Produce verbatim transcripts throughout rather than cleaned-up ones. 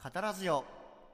カタラジオ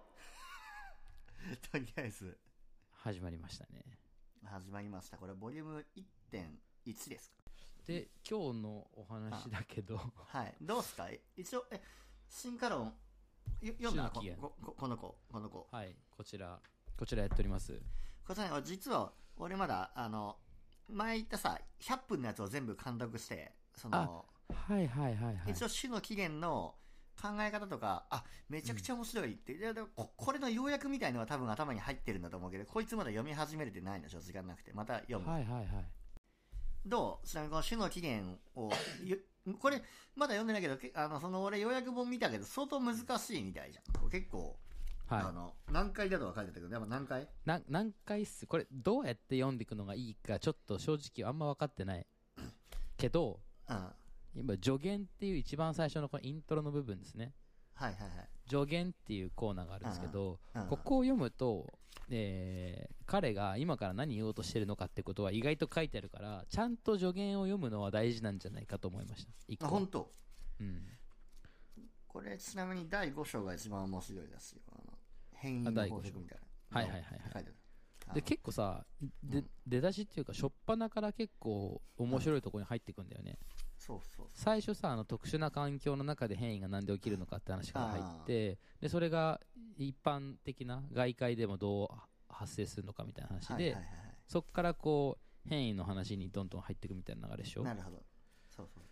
とりあえず始まりましたね。 始まりました。これボリューム いってんいち ですか。 で、今日のお話だけどはい、どうすか。一応え進化論読んだこここの子この子はい、こちらこちらやっております。 こちら実は俺まだあの前言ったさひゃっぷんのやつを全部監督して、そのはいはいはいはい、 一応種の起源の考え方とか、あ、めちゃくちゃ面白いって、うん、いやでも こ, これの要約みたいのは多分頭に入ってるんだと思うけど、こいつまだ読み始めれてないのでしょ、時間なくて。また読む。 はいはいはい。 どうちなみにこの種の起源をこれまだ読んでないけど、あのその俺要約本見たけど相当難しいみたいじゃん。結構、はい、あの何回だとは書いてたけど、やっぱ何回な何回っす。これどうやって読んでいくのがいいかちょっと正直あんま分かってないけど、うん、今助言っていう一番最初のこのイントロの部分ですね。 はいはいはい。 助言っていうコーナーがあるんですけど、うんうん、ここを読むと、えー、彼が今から何言おうとしてるのかってことは意外と書いてあるから、ちゃんと助言を読むのは大事なんじゃないかと思いました。 あ、本当。 うん。これちなみにだいご章が一番面白いですよ。あの変異の法則みたいな。 はいはいはいはい。で結構さ、で、うん、出だしっていうか初っ端から結構面白いところに入っていくんだよね。 そうそうそう。 最初さ、あの特殊な環境の中で変異がなんで起きるのかって話から入って、でそれが一般的な外界でもどう発生するのかみたいな話で、はいはいはいはい、そこからこう変異の話にどんどん入っていくみたいな流れでしょ。 なるほど。そうそう。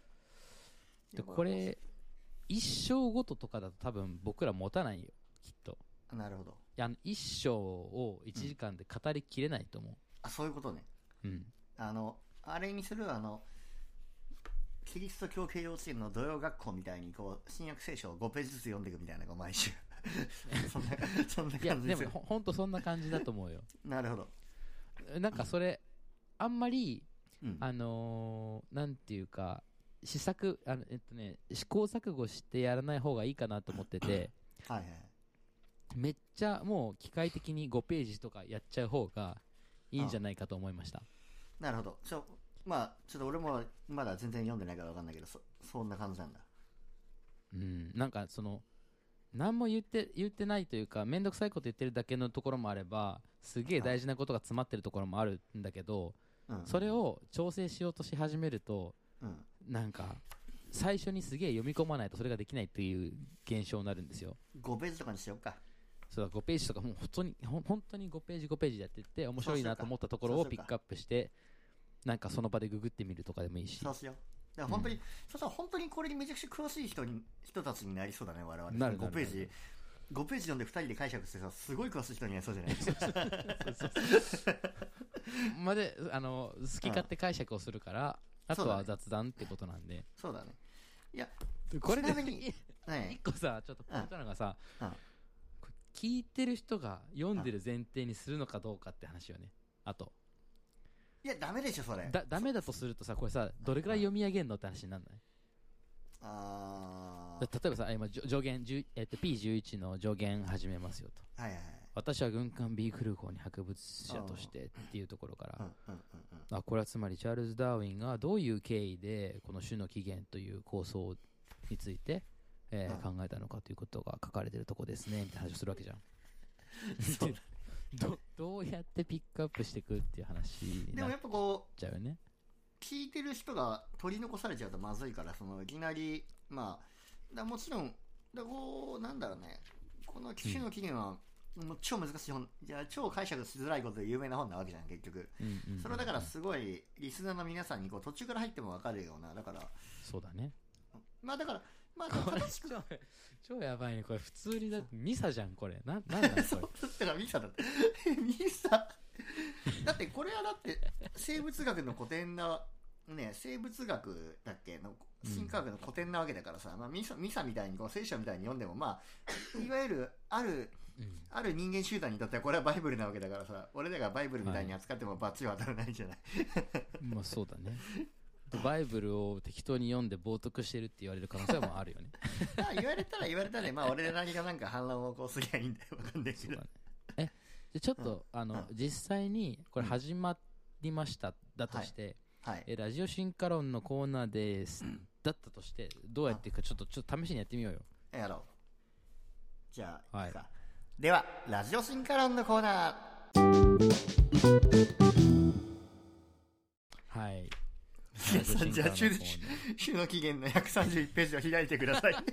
でこれ一章ごととかだと多分僕ら持たないよきっと。 なるほど。いや、一章をいちじかんで語りきれないと思う、うん、 あ、そういうことね。 うん。 あのあれにするあのキリスト教系幼稚園の土曜学校みたいにこう新約聖書をごページずつ読んでいくみたいなのが毎週そんなそんな感じですよ。いやでもほんとそんな感じだと思うよ。 なるほど。 なんかそれ、うん、あんまり、うん、あのー、なんていうか試作あの、えっとね、試行錯誤してやらない方がいいかなと思っててはい、はい、 めっちゃもう機械的にごページとかやっちゃう方がいいんじゃないかと思いました。 なるほど。ちょまあちょっと俺もまだ全然読んでないから分かんないけど、 そ, そんな感じなんだ。 うん、なんかその何も言って言ってないというか、めんどくさいこと言ってるだけのところもあれば、すげえ大事なことが詰まってるところもあるんだけど、うん、それを調整しようとし始めると、うん、なんか最初にすげえ読み込まないとそれができないっていう現象になるんですよ。 ごページとかにしようか。 そうだ、ごページとかもう本当に本当にごページごページでやっていって、面白いなと思ったところをピックアップして、なんかその場でググってみるとかでもいいし。 そうしよう。だから本当に、うん、そしたら本当にこれにめちゃくちゃ詳しい人に人たちになりそうだね、我々。 なるごページごページ読んでふたりで解釈してさ、すごい詳しい人になりそうじゃない。 まであの好き勝手解釈をするから、うん、あとは雑談ってことなんで。 そうだね。いやこれで一個さちょっとポイントなのがさ、うんうん、聞いてる人が読んでる前提にするのかどうかって話よね。あといやダメでしょそれ。 だダメだとするとさ、これさどれくらい読み上げんのって話にならない？ あ例えばさ、今上限、えっと、ピーじゅういち の上限始めますよと、 はいはいはい、 私は軍艦ビーグル号に博物者としてっていうところから、うんうんうんうん、あこれはつまりチャールズ・ダーウィンがどういう経緯でこの種の起源という構想について、えーうん、考えたのかということが書かれてるとこですねみたいな話をするわけじゃん。そうど, どうやってピックアップしていくっていう話になっちゃうよね。 聞いてる人が取り残されちゃうとまずいから、そのいきなりまあだもちろんだこうなんだろうね、この種の起源は、うん、もう超難しい本、じゃあ超解釈しづらいことで有名な本なわけじゃん結局、うんうんうんうん、それだからすごいリスナーの皆さんにこう途中から入っても分かるような、だからそうだね。 まあだからまあ正しく超, 超やばいねこれ。普通にだってミサじゃんこれ。ななんだこれ。 そうだからミサだってミサだってこれはだって生物学の古典なね、生物学だっけの新科学の古典なわけだからさ、うん、まあ、ミサ、ミサみたいにこう聖書みたいに読んでもまあいわゆるある、うん、ある人間集団にとってはこれはバイブルなわけだからさ、俺らがバイブルみたいに扱ってもバッチは当たらないんじゃない、 はい、まあそうだね。バイブルを適当に読んで冒涜してるって言われる可能性もあるよね。 言われたら言われたら、まあ俺らがなんか反乱をこうすりゃいいんだよ、わかんないけど、ね、 えじゃちょっと、うん、あの、うん、実際にこれ始まりました、だとして、はいはい、えラジオ進化論のコーナーです、うん、だったとしてどうやっていくかちょっとちょっと試しにやってみようよ。 やろじゃあ、 はいいくか。ではラジオ進化論のコーナー。 はい。 皆さん、じゃあ週週の期限のひゃくさんじゅういちページを開いてください。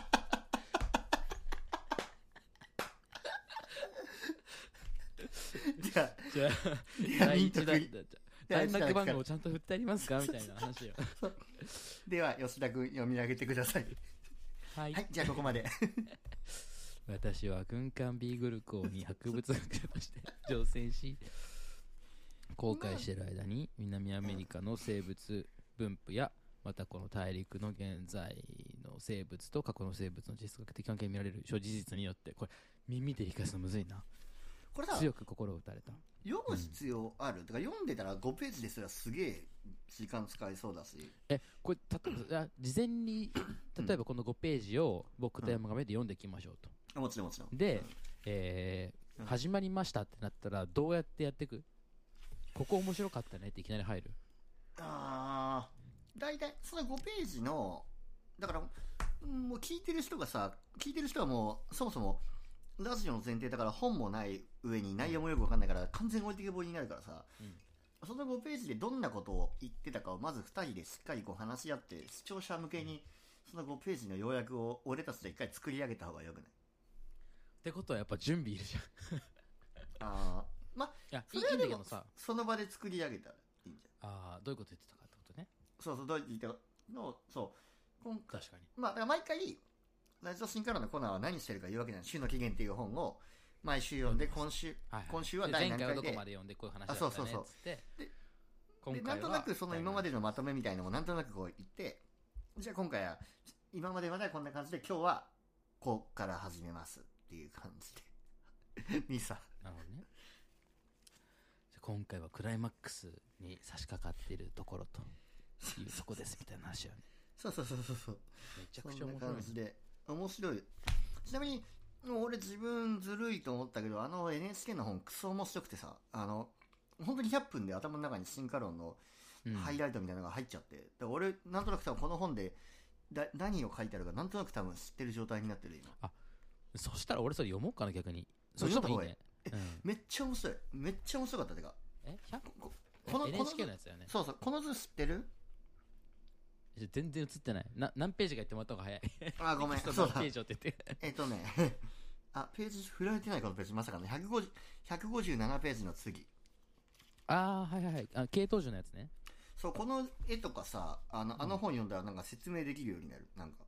じゃあ、 じゃあ、第一弾、連絡番号ちゃんと振ってありますかみたいな話を。 では、吉田君読み上げてください。 はい。 はい、じゃあここまで。 私は軍艦ビーグル港に博物学者として乗船し、航海している間に南アメリカの生物分布や、またこの大陸の現在の生物と過去の生物の実学的関係に見られる諸事実によって、これ耳で理解するのむずいな。これだ、強く心を打たれた。 読む必要ある、うん、だから読んでたらごページですらすげえ時間使いそうだし、 えこれ例えば事前に例えばこのごページを僕と山上で読んでいきましょうと、 うん、もちろんもちろんで、 うん、 えーうん、始まりましたってなったらどうやってやっていく？ここ面白かったねっていきなり入る？ ああ、だいたいそのごページのだからもう聞いてる人がさ聞いてる人はもうそもそもラジオの前提だから本もない上に内容もよく分かんないから完全置いてけぼりになるからさ、うん、そのごページでどんなことを言ってたかをまずふたりでしっかりこう話し合って視聴者向けにそのごページの要約を俺たちで一回作り上げた方がよくない？ ってことはやっぱ準備いるじゃん。ああ、まあいやいいんだけどさ、 その場で作り上げたらいいんじゃん。 ああ、どういうこと言ってたかってことね。 そうそう、どう言ってたの、そう今回確かに、 まあだから毎回ラジオ進化論のコーナーは何してるか言うわけじゃない。週の起源っていう本を毎週読んで、今週、はいはい、今週は第何回で、 前回はどこまで読んでこういう話だったねっつって、そうそうそうで今回はでなんとなくその今までのまとめみたいなのもなんとなくこう言って、じゃあ今回は今までまではこんな感じで今日はここから始めますっていう感じでミサなるほどね。じゃあ今回はクライマックスに差し掛かっているところというとこですみたいな話よね。 そうそうそうそうそう、 めちゃくちゃ面白い。そんな感じで面白い。ちなみに俺自分ずるいと思ったけど、あの エヌエイチケー の本クソ面白くてさ、あの本当にひゃっぷんで頭の中に進化論のハイライトみたいなのが入っちゃって、うん、だから俺なんとなく多分この本でだ何を書いてあるかなんとなく多分知ってる状態になってる今。 あ、そしたら俺それ読もうかな逆に。 それ読んだ方がいいね。うん、めっちゃ面白い。めっちゃ面白かったてか。 え、 ここのエヌエイチケー のやつだよね。 そうそう、この図知ってる？ 全然映ってない。な何ページか言ってもらった方が早い。 あ、ごめん。 そうだ。ページをって言って。 えっとね、あ、ページ振られてないこのページまさかね、ひゃくごじゅう、ひゃくごじゅうななページの次。 ああ、はいはいはい。あ、系統樹のやつね。 そう、この絵とかさ、あの、あの本読んだらなんか説明できるようになる。なんか。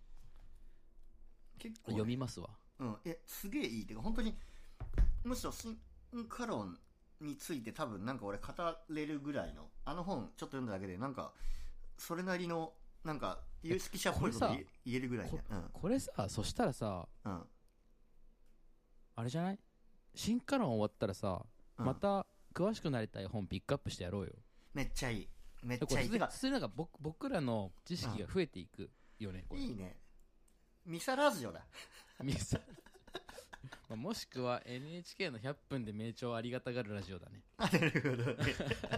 結構、ね、読みますわ。 うん。え、すげえいい。てか、本当に、むしろ進化論について多分なんか俺語れるぐらいの、あの本ちょっと読んだだけでなんか、それなりのなんか有識者っぽいこと言えるぐらいね。 こ, うん、これさ、そしたらさ、うん、あれじゃない？進化論終わったらさ、うん、また詳しくなりたい本ピックアップしてやろうよ。 めっちゃいい。めっちゃいい。 それなんか 僕, 僕らの知識が増えていくよね。 うん、これいいね。ミサラジオだ。 ミサまあもしくは エヌエイチケー のひゃっぷんで名著をありがたがるラジオだね。 なるほどね。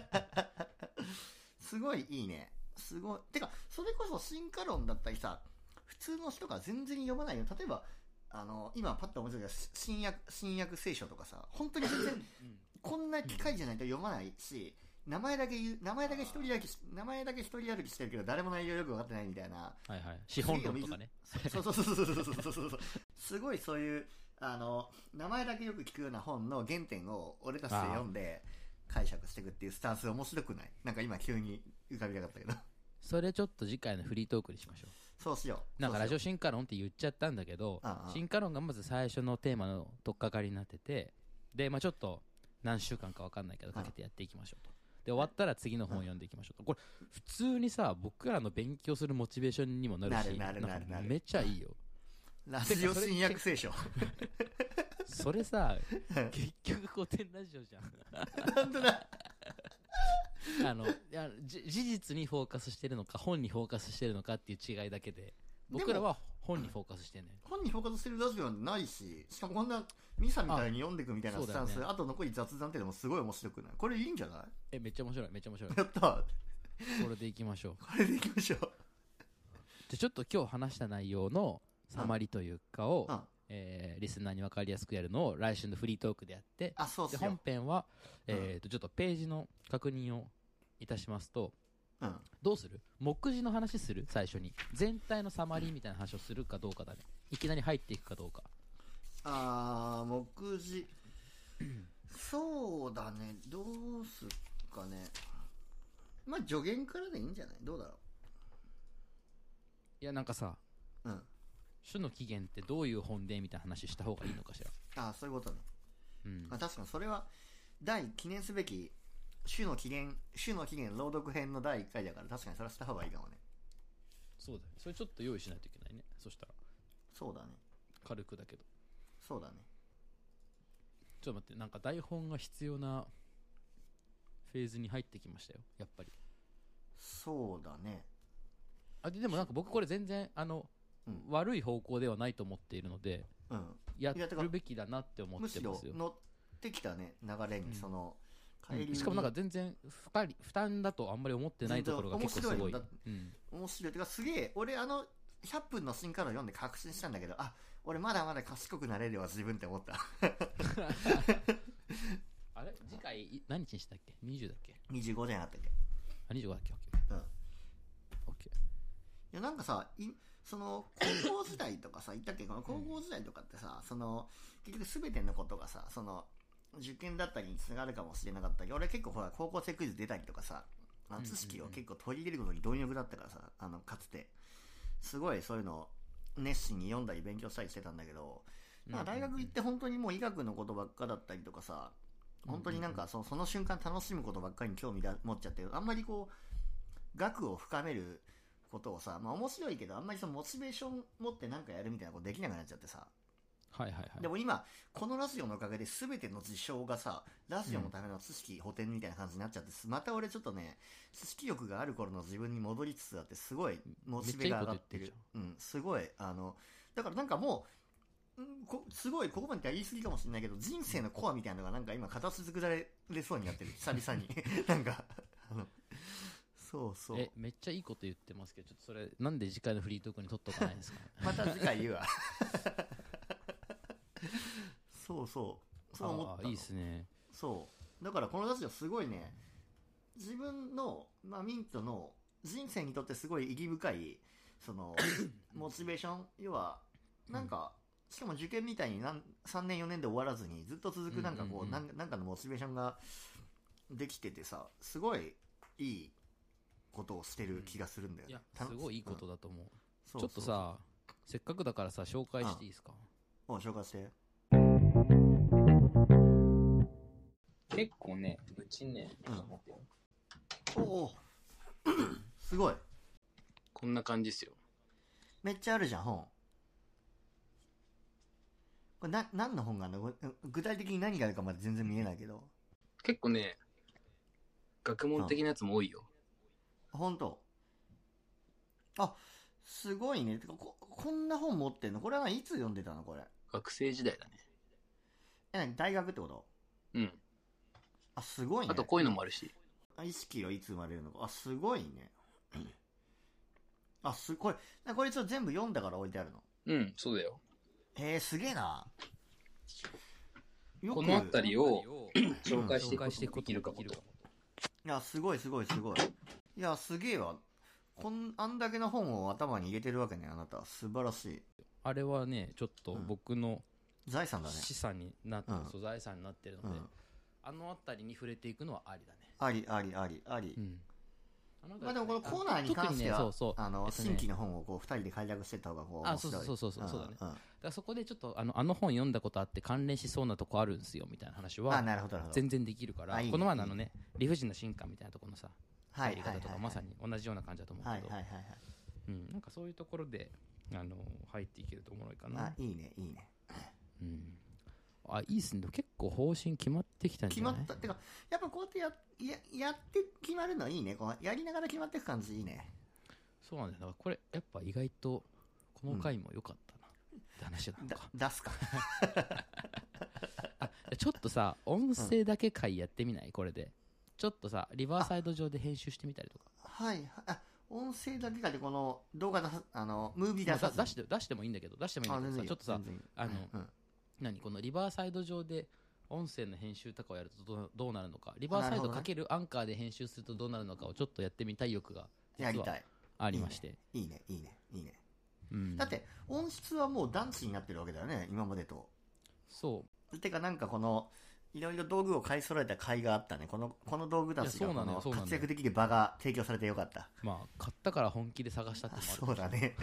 すごいいいね。すごい。てか、それこそ進化論だったりさ、普通の人が全然読まないよ。例えば、あの、今パッと思いついた新約、新約聖書とかさ、本当に全然、うん、こんな機会じゃないと読まないし、名前だけ言う、名前だけ一人歩き、名前だけ一人歩きしてるけど、誰も内容よく分かってないみたいな。 はいはい。資本論とかね。 そうそうそうそうそうそうそうそうそう。すごいそういう、あの、名前だけよく聞くような本の原点を俺たちで読んで解釈していくっていうスタンス面白くない？なんか今急に浮かびなかったけど。 それちょっと次回のフリートークにしましょう。 そうしよう。なんかラジオ進化論って言っちゃったんだけど、ああ進化論がまず最初のテーマの取っかかりになってて、で、まあちょっと何週間か分かんないけどかけてやっていきましょうと。で、終わったら次の本を読んでいきましょうと。これ、普通にさ、僕らの勉強するモチベーションにもなるし、 なるなるなるなる。 めっちゃいいよ。 ラジオ新約聖書。 それさ、結局古典ラジオじゃん。 なんとだ。 あのいや事実にフォーカスしてるのか本にフォーカスしてるのかっていう違いだけで、僕らは本にフォーカスしてね。 本にフォーカスしてるラジオはないし、しかもこんなミサみたいに読んでいくみたいなスタンス、 あ,、ね、あと残り雑談っていうのもすごい面白くない？これいいんじゃない？ え、めっちゃ面白い、めっちゃ面白い。 やった。 これでいきましょう。 これでいきましょう。 じゃちょっと今日話した内容のサマリというかを、うんうん、 えー、リスナーに分かりやすくやるのを来週のフリートークでやって、 あ、そうっすよ。 で本編は、 うんえー、とちょっとページの確認をいたしますと、 うん、 どうする？目次の話する？最初に全体のサマリーみたいな話をするかどうかだね。いきなり入っていくかどうか。 あー、目次そうだね、どうすっかね。まあ助言からでいいんじゃない？どうだろう。 いやなんかさ、 うん、 種の起源ってどういう本でみたいな話した方がいいのかしら。 ああ、そういうことね。 うん、 まあ、確かにそれは第記念すべき種の起源種の起源朗読編のだいいっかいだから、確かにそれはした方がいいかもね。 そうだね。それちょっと用意しないといけないね。そしたらそうだね。 軽くだけど。 そうだね。 ちょっと待って、なんか台本が必要なフェーズに入ってきましたよ、やっぱり。 そうだね。 あででもなんか僕これ全然あの、うん、悪い方向ではないと思っているので、うん、やるべきだなって思ってますよ。 むしろ乗ってきたね、流れに。その、 うん、帰りにしかもなんか全然負荷負担だとあんまり思ってないところが結構すごい。面白い、うん、 面白い。てかすげえ、俺あのひゃっぷんの新カード読んで確信したんだけど、あ、俺まだまだ賢くなれるわ自分って思ったあれ次回何日にしたっけ？にじゅうだっけ？ にじゅうごじゃなかったっけ？ あ、にじゅうごだっけ？ OK。 うん。いやなんかさ、いその高校時代とかさ、言ったっけ、この高校時代とかってさ、うん、その結局全てのことがさ、その受験だったりにつながるかもしれなかったけど、俺結構ほら高校生クイズ出たりとかさ、あの知識を結構取り入れることに貪欲だったからさ、あのかつてすごいそういうのを熱心に読んだり勉強したりしてたんだけど、まあ、大学行って本当にもう医学のことばっかだったりとかさ、本当になんかその、その瞬間楽しむことばっかりに興味が持っちゃって、あんまりこう学を深めることをさ、まあ面白いけどあんまりそのモチベーション持ってなんかやるみたいなことできなくなっちゃってさ。 はいはいはい。 でも今このラジオのおかげで全ての事象がさ、ラジオのための知識補填みたいな感じになっちゃって、うん、また俺ちょっとね、知識欲がある頃の自分に戻りつつあって、すごいモチベが上がってる。いいうん、すごいあのだからなんかもうこすごいここまでは言い過ぎかもしれないけど、人生のコアみたいなのがなんか今形作られそうになってる、久々になんかあのそうそう、 えめっちゃいいこと言ってますけど、ちょっとそれなんで次回のフリートークに取っとかないんですかねまた次回言うわそうそうそう思ったの。 いいっすね。 そうだからこのラジオすごいね、自分の、まあ、ミントの人生にとってすごい意義深いそのモチベーション、要はなんか、しかも受験みたいになんさんねんよねんで終わらずにずっと続くなんかこう、うんうんうん、なんなんかのモチベーションができててさ、すごいいいことをしてる気がするんだよね、 うん、いやすごいいいことだと思う、うん、そうそうそう。ちょっとさ、せっかくだからさ紹介していいですか？ お紹介して。 結構ね、うちね、 うん、持ってよ。おおすごい、 こんな感じですよ。 めっちゃあるじゃん本。これな何の本があるの？具体的に何があるかまで全然見えないけど。 結構ね、学問的なやつも多いよ。 本当？あ、すごいね。てか こ, こんな本持ってんの？これはいつ読んでたのこれ？ 学生時代だね。 え、何大学ってこと？ うん。 あ、すごいね。 あとこういうのもあるし。 あ、意識はいつ生まれるのか。あ、すごいね。あ、すごい。これちょっと全部読んだから置いてあるの？ うん、そうだよ。 へえ、すげえな。 よくこのあたりを紹介していくこともできるかもと。いや、すごいすごいすごい。いや、すげえわ。こんあんだけの本を頭に入れてるわけね、あなた。素晴らしい。 あれはね、ちょっと僕の、 うん、財産だね。 資産になって、 うん、 そう財産になってるので、うん、あのあたりに触れていくのはありだね。 ありありありあり。うん、まあでもこのコーナーに関しては、 ね、そうそうあの、 えっとね、 新規の本をこうふたりで開拓していった方がこう面白い。 あ、そうそうそうそうそうだね。うん、だからそこでちょっとあのあの本読んだことあって関連しそうなとこあるんですよみたいな話は全然できるから、この前のあのね理不尽な進化みたいなところのさ入り方とかまさに同じような感じだと思うけど、うん、なんかそういうところであの入っていけるとおもろいかな。 あ、いいねいいね。 うん。あ、いいっすね。結構方針決まってきたんじゃない？ 決まった。てかやっぱこうやってやややって決まるのいいね。こうやりながら決まっていく感じいいね。 そうなんだよ。だからこれやっぱ意外とこの回も良かったな、うん、って話なのか。 だ出すかあ、ちょっとさ音声だけ回やってみない？これでちょっとさリバーサイド上で編集してみたりとか。 はい。あ、 音声だけかでこの動画出さあのムービー出さず出して出してもいいんだけど出してもいいんだけどさちょっとさあの、 うん、 何このリバーサイド上で音声の編集とかをやるとどうどうなるのかリバーサイドかけるアンカーで編集するとどうなるのかをちょっとやってみたい欲が実はありましていいねいいねいいねいいね、 うん、 だって音質はもう団地になってるわけだよね今までと。 そうてかなんかこのいろいろ道具を買い揃えた甲斐があったね。このこの道具たちがこの活躍できる場が提供されてよかった。 まあ買ったから本気で探したってのもある。そうだね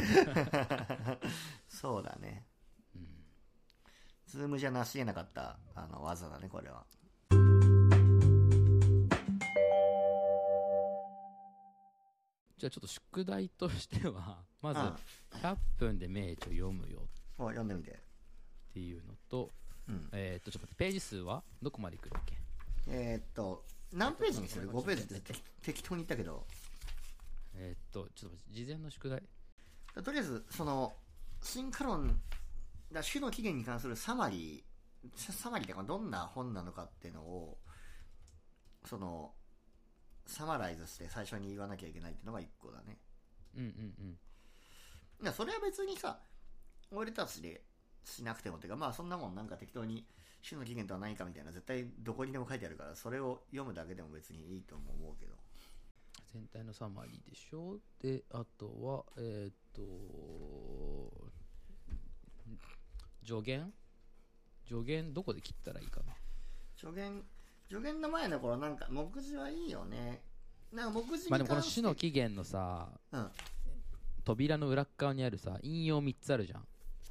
そうだね、うん、ズームじゃなし得なかったあの技だねこれは。 じゃあちょっと宿題としてはまずひゃっぷんで名著読むよ読んでみてっていうのと、うん、えー、っとちょっと待ってページ数はどこまでいくんだっけ。 えー、っと何ページにする？ ご ページって適当に言ったけど、 えー、っとちょっと事前の宿題とりあえずその進化論だ種の起源に関するサマリーサマリーってどんな本なのかっていうのをそのサマライズして最初に言わなきゃいけないっていうのがいっこだね。 うんうんうん。それは別にさ俺たちでしなくてもっていうかまあそんなもんなんか適当に種の起源とは何かみたいな絶対どこにでも書いてあるからそれを読むだけでも別にいいと思うけど。 全体のサマリーでしょ。であとはえー、っと助言助言どこで切ったらいいかな。 助言助言の前の頃なんか目次はいいよね。なんか目次に関してまあでもこの種の起源のさ、うん、扉の裏側にあるさ引用みっつあるじゃん。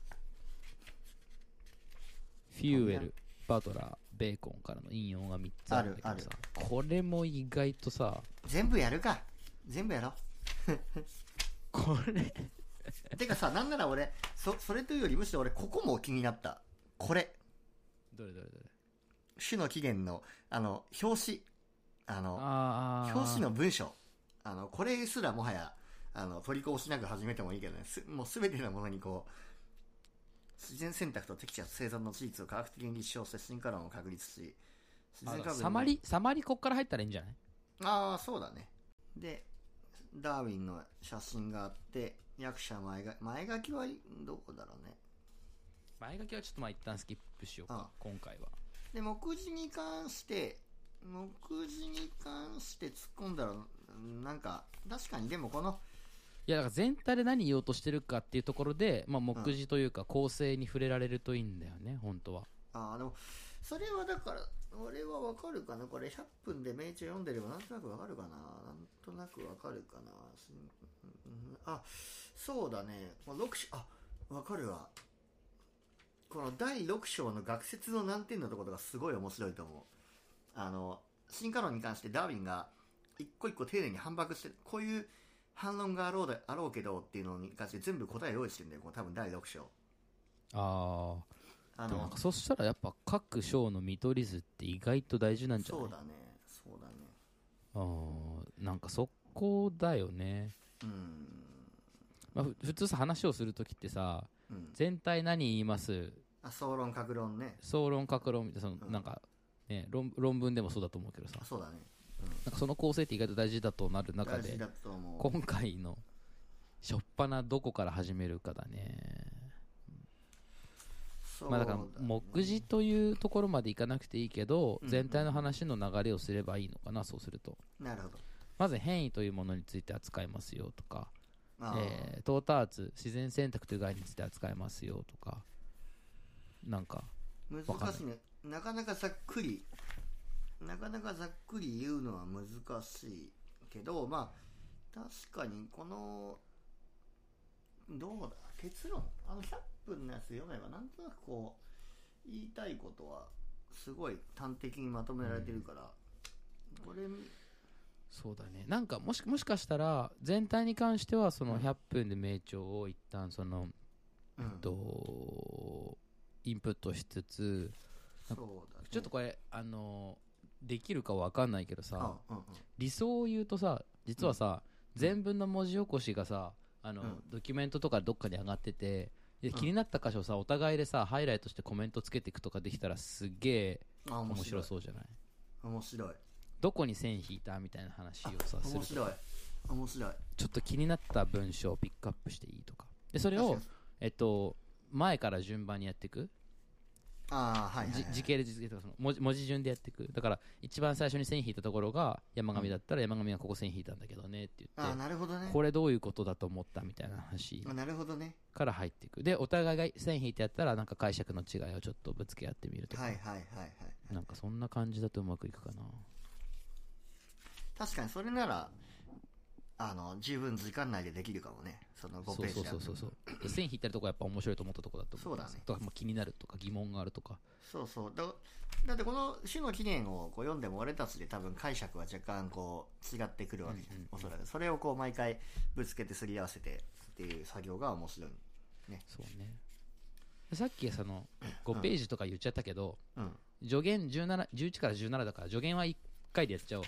フューエル、バトラー、ベーコンからの引用がみっつあるんだけどさ、あるある。これも意外とさ全部やるか全部やろうこれてかさなんなら俺 そ, それというよりむしろ俺ここも気になった。これどれどれどれ種の起源のあの表紙あのあ表紙の文章あのこれすらもはやあの取りこぼしなく始めてもいいけどね。すもう全てのものにこう自然選択と適地生存の事実を科学的に立証して進化論を確立し自然科学サマリサマリこっから入ったらいいんじゃない。 ああそうだね。でダーウィンの写真があって役者前が前書きはどこだろうね。 前書きはちょっとまあ一旦スキップしようか。ああ今回はで目次に関して目次に関して突っ込んだらなんか確かにでもこのいやだから全体で何言おうとしてるかっていうところで、まあ、目次というか構成に触れられるといいんだよね、うん、本当は。 ああでもそれはだから俺は分かるかな。これひゃっぷんで名著読んでればなんとなく分かるかな。なんとなく分かるかな。あそうだねろく章あ分かるわ。このだいろく章の学説の難点のところがすごい面白いと思う。あの進化論に関してダーウィンが一個一個丁寧に反駁してこういう反論があろうであろうけどっていうのに関して全部答え用意してるんだよ。この多分だいろく章。 あああのなんかそしたらやっぱ各章の見取り図って意外と大事なんじゃない。 そうだねそうだね。 ああなんかそこだよね。 うん、 まあ、普通さ話をするときってさ、うん、全体何言いますあ総論各論ね。 総論各論みたいなその、うん、なんかね 論, 論文でもそうだと思うけどさ。 そうだね。 うん、なんかその構成って意外と大事だとなる中で今回のしょっぱなどこから始めるかだね。まあだから目次というところまでいかなくていいけど、うん、全体の話の流れをすればいいのかな。そうするとなるほど。 まず変異というものについて扱いますよとか、えー、トーターツ自然選択という概念について扱いますよとかなんか難しいね。なかなかざっくりなかなかざっくり言うのは難しいけどまあ確かにこのどうだ結論あのひゃっぷんのやつ読めばなんとなくこう言いたいことはすごい端的にまとめられてるから、うん、これそうだね。なんかもし、もしかしたら全体に関してはそのひゃっぷんで名著を一旦その、うん、えっとインプットしつつそうだ、ね、ちょっとこれあのできるかわかんないけどさ、うんうんうん、理想を言うとさ実はさ、うん、全文の文字起こしがさあの、うん、ドキュメントとかどっかに上がっててで気になった箇所をさお互いでさハイライトしてコメントつけていくとかできたらすげえ面白そうじゃない。 面白い。 どこに線引いたみたいな話をさする。 面白い面白い。 ちょっと気になった文章をピックアップしていいとかで、それをえっと前から順番にやっていく。 ああはいはい、はい、 時系列時系列とかその文字文字順でやっていく。だから一番最初に線引いたところが山上だったら、山上はここ線引いたんだけどねって言って、 ああなるほどね、 これどういうことだと思ったみたいな話あなるほどねから入っていく。でお互いが線引いてやったらなんか解釈の違いをちょっとぶつけ合ってみるとか、 はいはいはいはい、 なんかそんな感じだとうまくいくかな。 確かにそれならあの十分時間内でできるかもね。そのごページやる。 そうそうそうそう線引いてるとこやっぱ面白いと思ったとこだと思う。 そうだね。 とか、まあ、気になるとか疑問があるとか。 そうそうだ。だってこの種の起源をこう読んでも俺たちで多分解釈は若干こう違ってくるわけじゃん、うんうんうん、おそらくそれをこう毎回ぶつけてすり合わせてっていう作業が面白いね。 そうね。さっきそのごページとか言っちゃったけど、 うん、 助言じゅうなな、じゅういちからじゅうななだから助言はいっかいでやっちゃおう。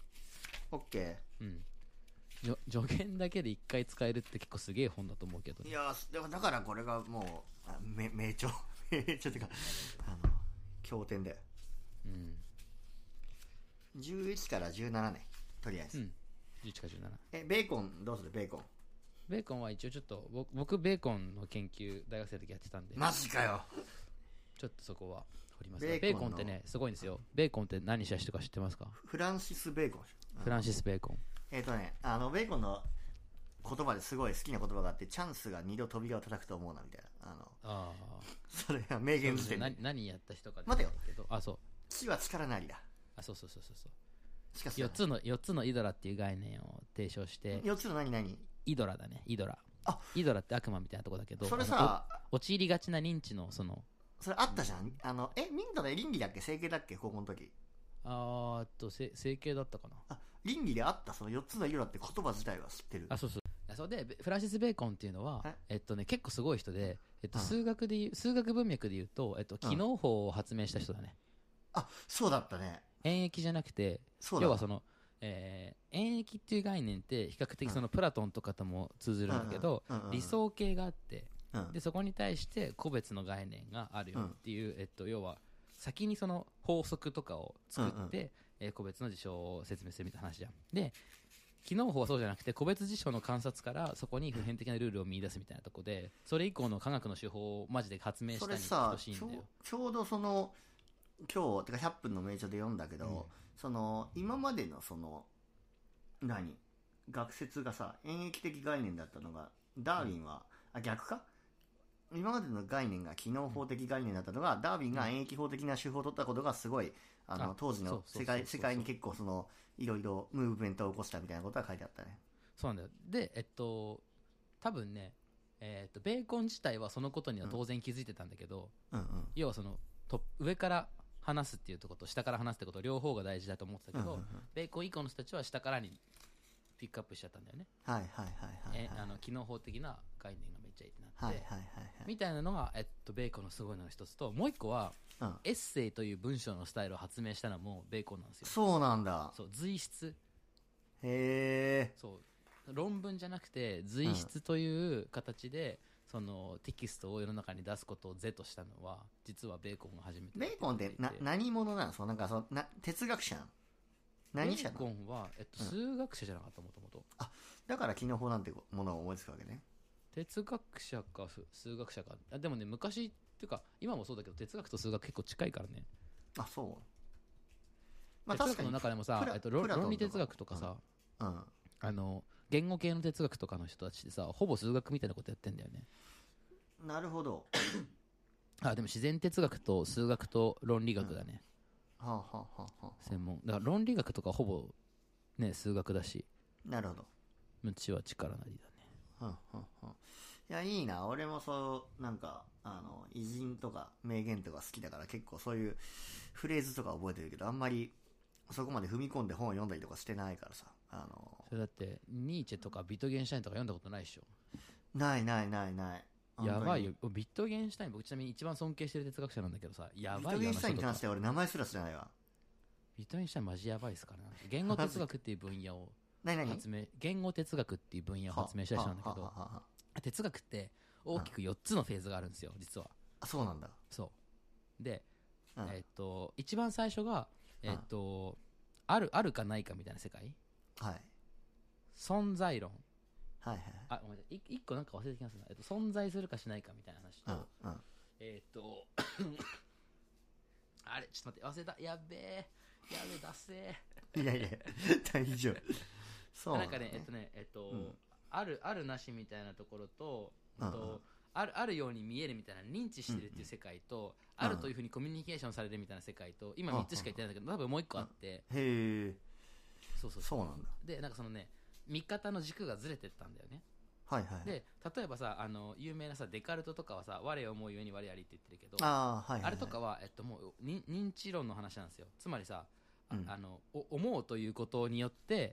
OK。 うん助言だけでいっかい使えるって結構すげえ本だと思うけど、ね、 いやだからこれがもうあ名名著名著っていうかあの経典だよ。 うんじゅういちからじゅうななねとりあえず、うん、 じゅういちからじゅうなな。 えベーコンどうする？ベーコンベーコンは一応ちょっと僕ベーコンの研究大学生の時やってたんで、 マジかよ。 ちょっとそこは掘ります。ベーコン、ベーコンってねすごいんですよ。ベーコンって何した人か知ってますか？ フランシス・ベーコン。 フランシス・ベーコン。 えっ、ー、とねあのベーコンの言葉ですごい好きな言葉があって、チャンスが二度扉を叩くと思うなみたいな、あのあそれが名言時点で、 ね、何やった人か待てよ、 あそう知は力なりだ。 あそうそうそうそうそうしかしよっつのよっつのイドラっていう概念を提唱して、 よっつの何何イドラだね、イドラ。 あイドラって悪魔みたいなとこだけど、 それさ陥りがちな認知のそのそれあったじゃん、あのえミントで倫理だっけ整形だっけ高校の時。 あーっと整形だったかな。 あ倫理であった。そのよっつのイドラって言葉自体は知ってる。 あそうそうそうでフランシス・ベーコンっていうのはえっとね結構すごい人で、えっと、数学でいう、うん、数学文脈でいうと、えっと、機能法を発明した人だね、 うん、あそうだったね。 演疫じゃなくて要はその、えー、演疫っていう概念って比較的そのプラトンとかとも通ずるんだけど、理想形があって、うん、でそこに対して個別の概念があるよっていう、うん、えっと、要は先にその法則とかを作って、うんうんえー、個別の事象を説明するみたいな話じゃん。で機能法はそうじゃなくて個別事象の観察からそこに普遍的なルールを見出すみたいなところで、それ以降の科学の手法をマジで発明したに等しいんだよ。 ちょうどその今日てかひゃっぷんの名著で読んだけど、うん、その今までのその何学説がさ演疫的概念だったのがダーウィンは、うん、あ逆か今までの概念が機能法的概念だったのが、うん、ダーウィンが演疫法的な手法を取ったことがすごいあの当時の世界世界に結構そのいろいろムーブメントを起こしたみたいなことは書いてあったね。 そうなんだよ。でえっと多分ね、えー、っとベーコン自体はそのことには当然気づいてたんだけど、 うんうんうん、 要はそのと上から話すっていうところと下から話すってこと両方が大事だと思ってたけど、うんうんうん、ベーコン以降の人たちは下からにピックアップしちゃったんだよね。 はいはいはいはい、はい、 えあの機能法的な概念がめっちゃいいってなって、 はいはいはいはい、 みたいなのが、えっと、ベーコンのすごいのが一つと、もう一個は、うん、エッセイという文章のスタイルを発明したのもベーコンなんですよ。 そうなんだ。 そう随筆。 へえ。 そう論文じゃなくて随筆という形で、うん、そのテキストを世の中に出すことを是としたのは実はベーコンが初めて。 ベーコンってな何者なの？そうなんかそのな哲学者なの？何者なの？ ベーコンは、えっと、数学者じゃなかったもともと。 あだから機能法なんてものを思いつくわけね。 哲学者か数学者か。あでもね昔っていうか今もそうだけど哲学と数学結構近いからね。 あそう、 まあ、哲学の中でもさ、えっと、論理哲学とかさ、 うんうん、 あの言語系の哲学とかの人たちってさほぼ数学みたいなことやってんだよね。 なるほど。 あでも自然哲学と数学と論理学だね、 うん、はあはあはあはあ、 専門だから論理学とかほぼね数学だし。 なるほど。 無知は力なりだね。 はあはあはあ、いやいいな。俺もそうなんかあの偉人とか名言とか好きだから結構そういうフレーズとか覚えてるけどあんまりそこまで踏み込んで本を読んだりとかしてないからさ。あのそれだってニーチェとかビットゲンシュタインとか読んだことないでしょ。 ないないないない。 やばいよ。ビットゲンシュタイン僕ちなみに一番尊敬してる哲学者なんだけどさ、やばいよ。 ビットゲンシュタインに関しては俺名前すら知らないわ。 ビットゲンシュタインマジやばいですからね。言語哲学っていう分野を発明言語哲学っていう分野を発明した人なんだけど、哲学って大きくよっつのフェーズがあるんですよ実は。 あそうなんだ。 そうで、うん、えー、っと一番最初がえー、っとあるあるかないかみたいな世界、 はい、 存在論、 はいはい、 あごめんなさい、一個なんか忘れてきますね、えっと、存在するかしないかみたいな話と、 うんうん、 えっとあれちょっと待って忘れた、やっべえやべえだっせーいやいや大丈夫そうなんかねえっとねえっと、うん、あるあるなしみたいなところと、 うんうん、 とあるあるように見えるみたいな認知してるっていう世界と、うんうん、あるというふうにコミュニケーションされるみたいな世界と、今みっつしか言ってないんだけど、多分もういっこあって、へえ、 そうそうそうなんだ。 でなんかそのね見方の軸がずれてったんだよね。 はいはい、 で例えばさ、あの有名なさデカルトとかはさ、我を思うゆえに我ありって言ってるけど、 あ、はいはいはい、 あれとかは、えっと、もう認知論の話なんですよ。つまりさ、 うん、 あの思うということによって、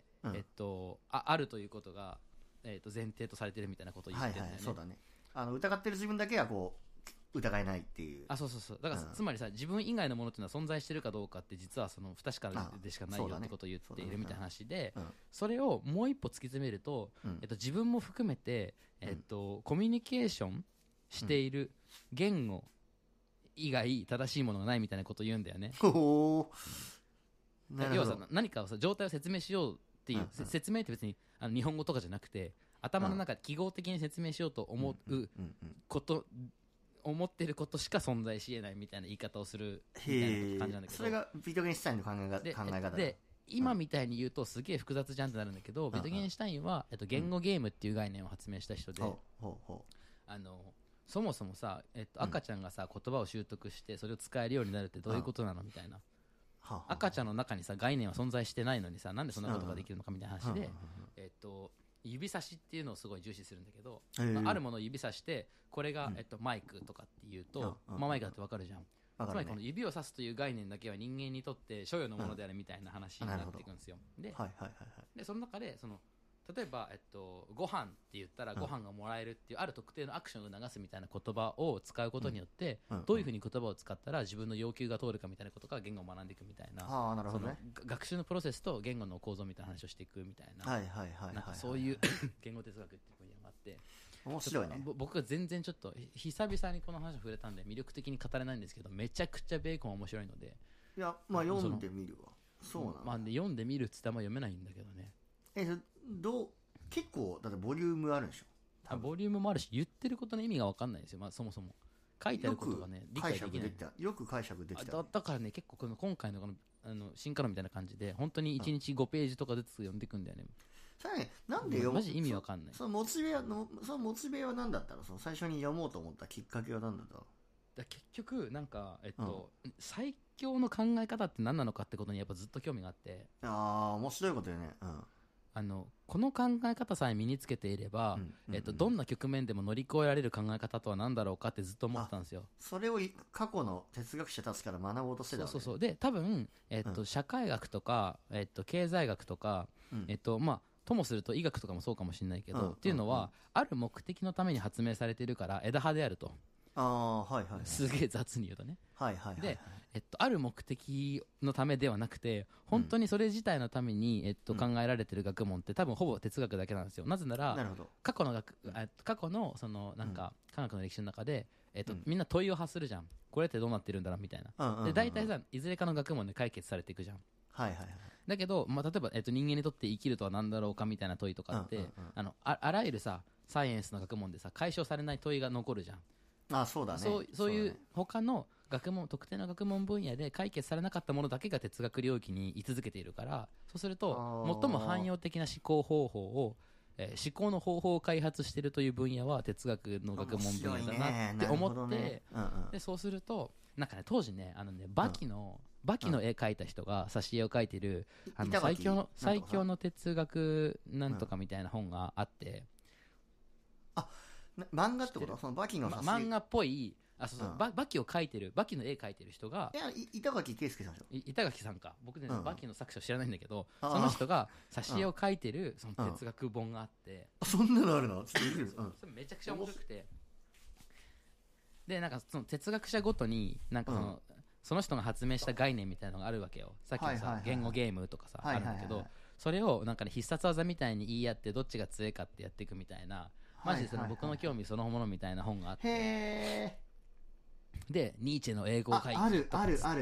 うん、えっと、あ, あるということが、えっと、前提とされてるみたいなことを言ってるんだよね。はいはい、そうだね。 あの疑ってる自分だけはこう疑えないっていう。 あ、そうそうそう。だから、うん、つまりさ、自分以外のものっていうのは存在してるかどうかって実はその不確かでしかないよってことを言っているみたいな話で、そ, ね、それをもう一歩突き詰めると、うん、えっと、自分も含めて、えっとうん、コミュニケーションしている言語以外正しいものがないみたいなことを言うんだよね。 ほー、要はさ、何かをさ状態を説明しようっていう、うんうん、説明って別にあの日本語とかじゃなくて、頭の中で記号的に説明しようと思うこと思ってることしか存在し得ないみたいな言い方をするみたいな感じなんだけど、 それがビトゲンシュタインの考えがで考え方で今みたいに言うとすげえ複雑じゃんってなるんだけど、うん、ビトゲンシュタインは、えっと、言語ゲームっていう概念を発明した人で、うん、あのそもそもさ、えっと、赤ちゃんがさ言葉を習得してそれを使えるようになるってどういうことなのみたいな、うん、赤ちゃんの中にさ概念は存在してないのにさ、なんでそんなことができるのかみたいな話で、えっと指差しっていうのをすごい重視するんだけど、まあ、あるものを指さしてこれが、うん、えっと、マイクとかっていうと、うん、まあ、マイクだってわかるじゃん、うん、つまりこの指を指すという概念だけは人間にとって所有のものであるみたいな話になっていくんですよ、うん、で、はいはいはいはい、でその中でその例えば、えっと、ご飯って言ったらご飯がもらえるっていうある特定のアクションを促すみたいな言葉を使うことによって、うん、どういうふうに言葉を使ったら自分の要求が通るかみたいなことから言語を学んでいくみたいな、 あ、なるほどね、 その学習のプロセスと言語の構造みたいな話をしていくみたいな、 はいはいはいはい、 なんかそういう言語哲学っていう分野があって、 面白いね。 僕が全然ちょっと久々にこの話を触れたんで魅力的に語れないんですけど、めちゃくちゃベーコン面白いので、 いや、まあ読んでみるわ。そうなの、 まあ、読んでみるっつってあんま読めないんだけどね。 えどう結構だってボリュームあるでしょ。 あ、ボリュームもあるし言ってることの意味が分かんないんですよ、まあ、そもそも書いてあることがね理解できない。 よく解釈できた、ね、 だ, だからね結構この今回のこのあの進化論みたいな感じで本当にいちにちごページとかずつ読んでいくんだよね。 それね、なんで読む、 マジ意味わかんない。 そのモチベはのそのモチベは何だったの？その最初に読もうと思ったきっかけは何だったの？ だ結局なんか、えっとうん、最強の考え方って何なのかってことにやっぱずっと興味があって。 ああ、面白いことよね。うん。 あのこの考え方さえ身につけていれば、うんうんうん、えっと、どんな局面でも乗り越えられる考え方とは何だろうかってずっと思ってたんですよ。 それを過去の哲学者たちから学ぼうとしてたわけ、ね、 そうそうそう。で多分、えっとうん、社会学とか、えっと、経済学とか、うんえっとまあ、ともすると医学とかもそうかもしれないけど、うん、っていうのは、うんうん、ある目的のために発明されているから枝葉であると。 あ、はいはいはい、 すげえ雑に言うとね、 はいはいはいはい、 で、えっと、ある目的のためではなくて本当にそれ自体のために、えっと、考えられている学問って多分ほぼ哲学だけなんですよ。なぜならなるほど、 過去の学、えっと、過去のそのなんか、うん、科学の歴史の中で、えっとうん、みんな問いを発するじゃん。これってどうなってるんだろうみたいな、うんうんうんうん、で大体さいずれかの学問で解決されていくじゃん。 はいはいはい、 だけど、まあ、例えば、えっと、人間にとって生きるとは何だろうかみたいな問いとかって、うんうんうん、あの あ, あらゆるさサイエンスの学問でさ解消されない問いが残るじゃん。 あ、そうだね。 そう、そういう他の学問、特定の学問分野で解決されなかったものだけが哲学領域に居続けているから、そうすると最も汎用的な思考方法を、えー、思考の方法を開発しているという分野は哲学の学問分野だなって思って、ねうんうん、でそうするとなんかね当時ねあのねバキの、うん、バキの絵描いた人が挿絵を描いてる、うん、あの最強の最強の哲学なんとかみたいな本があって、 うん、あ漫画ってこと？そのバキの、 ま、漫画っぽい、あ、そうそう、うん、バ, バキを描いてるバキの絵描いてる人が、 いや板垣圭介さんでしょ。 板垣さんか。僕ね、うん、バキの作者を知らないんだけど、その人が挿絵を描いてるその哲学本があって、 うん、そんなのあるの？ちょっと見てる、 うん、それめちゃくちゃ面白くて、でなんかその哲学者ごとになんかその、うん、その人が発明した概念みたいなのがあるわけよ。さっきのさ、はいはいはいはい、言語ゲームとかさ、はいはいはい、あるんだけど、それをなんかね必殺技みたいに言い合ってどっちが強いかってやっていくみたいな。マジでその僕の興味そのものみたいな本があって、 へでニーチェの英語会議とかあるあるある、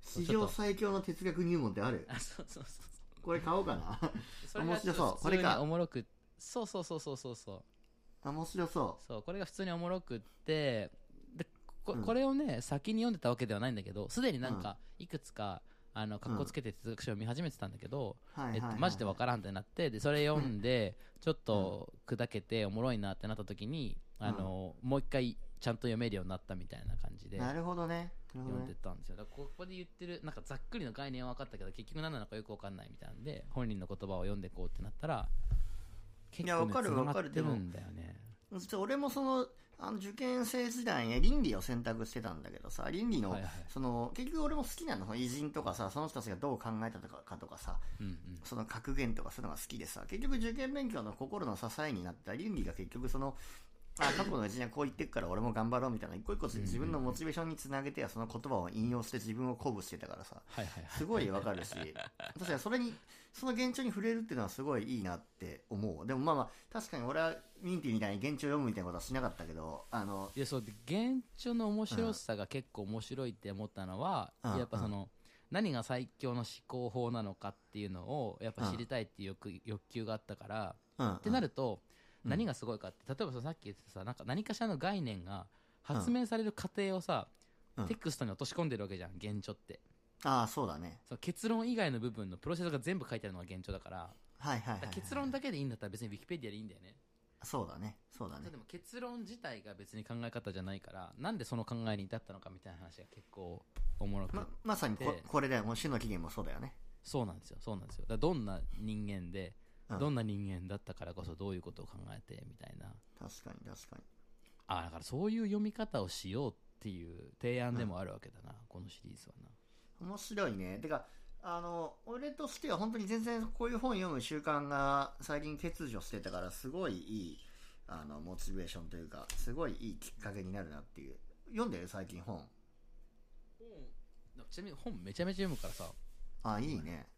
史上最強の哲学入門ってある？ あ、そうそうそうそう。 これ買おうかな。 それがちょっと普通におもろく、そうそうそうそうそうそう。 面白そう。 そう、これが普通におもろくって、で こ,、うん、これをね先に読んでたわけではないんだけど、すでになんかいくつか、うん、あの格好つけて哲学書を見始めてたんだけど、えっとマジでわからんってなって、でそれ読んでちょっと砕けておもろいなってなった時に、あの、うん、もう一回ちゃんと読めるようになったみたいな感じで。 なるほどね。 読んでたんですよ。だからここで言ってるなんかざっくりの概念は分かったけど結局何なのかよく分かんないみたいなんで、本人の言葉を読んでいこうってなったら結構ねつながってるんだよね。 俺もそのあの受験生時代に倫理を選択してたんだけどさ、倫理の、はいはい、その結局俺も好きなの偉人とかさ、その人たちがどう考えたかとかさ、うんうん、その格言とかそういうのが好きでさ、結局受験勉強の心の支えになった倫理が結局そのあ過去の偉人はこう言ってるから俺も頑張ろうみたいな一個一個自分のモチベーションにつなげてはその言葉を引用して自分を鼓舞してたからさ、はいはいはい、すごいわかるし確かにそれにその幻聴に触れるっていうのはすごいいいなって思う。でもまあまあ確かに俺はミンティみたいに幻聴を読むみたいなことはしなかったけど、あのいやそうで幻聴の面白さが結構面白いって思ったのは、うん、やっぱその、うん、何が最強の思考法なのかっていうのをやっぱ知りたいっていう 欲,、うん、欲求があったから、うん、ってなると何がすごいかって、例えばさっき言ってたさ、なんか何かしらの概念が発明される過程をさ、うん、テクストに落とし込んでるわけじゃん、幻聴って。 ああ、そうだね。 そう結論以外の部分のプロセスが全部書いてあるのが幻聴だから、 はいはいはい、はい、 結論だけでいいんだったら別にウィキペディアでいいんだよね。 そうだね、そうだね。 でも結論自体が別に考え方じゃないから、なんでその考えに至ったのかみたいな話が結構おもろくて、 ま, まさに こ, これでもう種の起源もそうだよね。 そうなんですよ、そうなんですよ。だからどんな人間でどんな人間だったからこそどういうことを考えてみたいな。 確かに確かに。 あ、だからそういう読み方をしようっていう提案でもあるわけだな、うん、このシリーズはな。 面白いね。てかあの俺としては本当に全然こういう本読む習慣が最近欠如してたから、すごいいいあのモチベーションというかすごいいいきっかけになるなっていう。読んでる最近本。 本ちなみに本めちゃめちゃ読むからさ。 あ、いいね。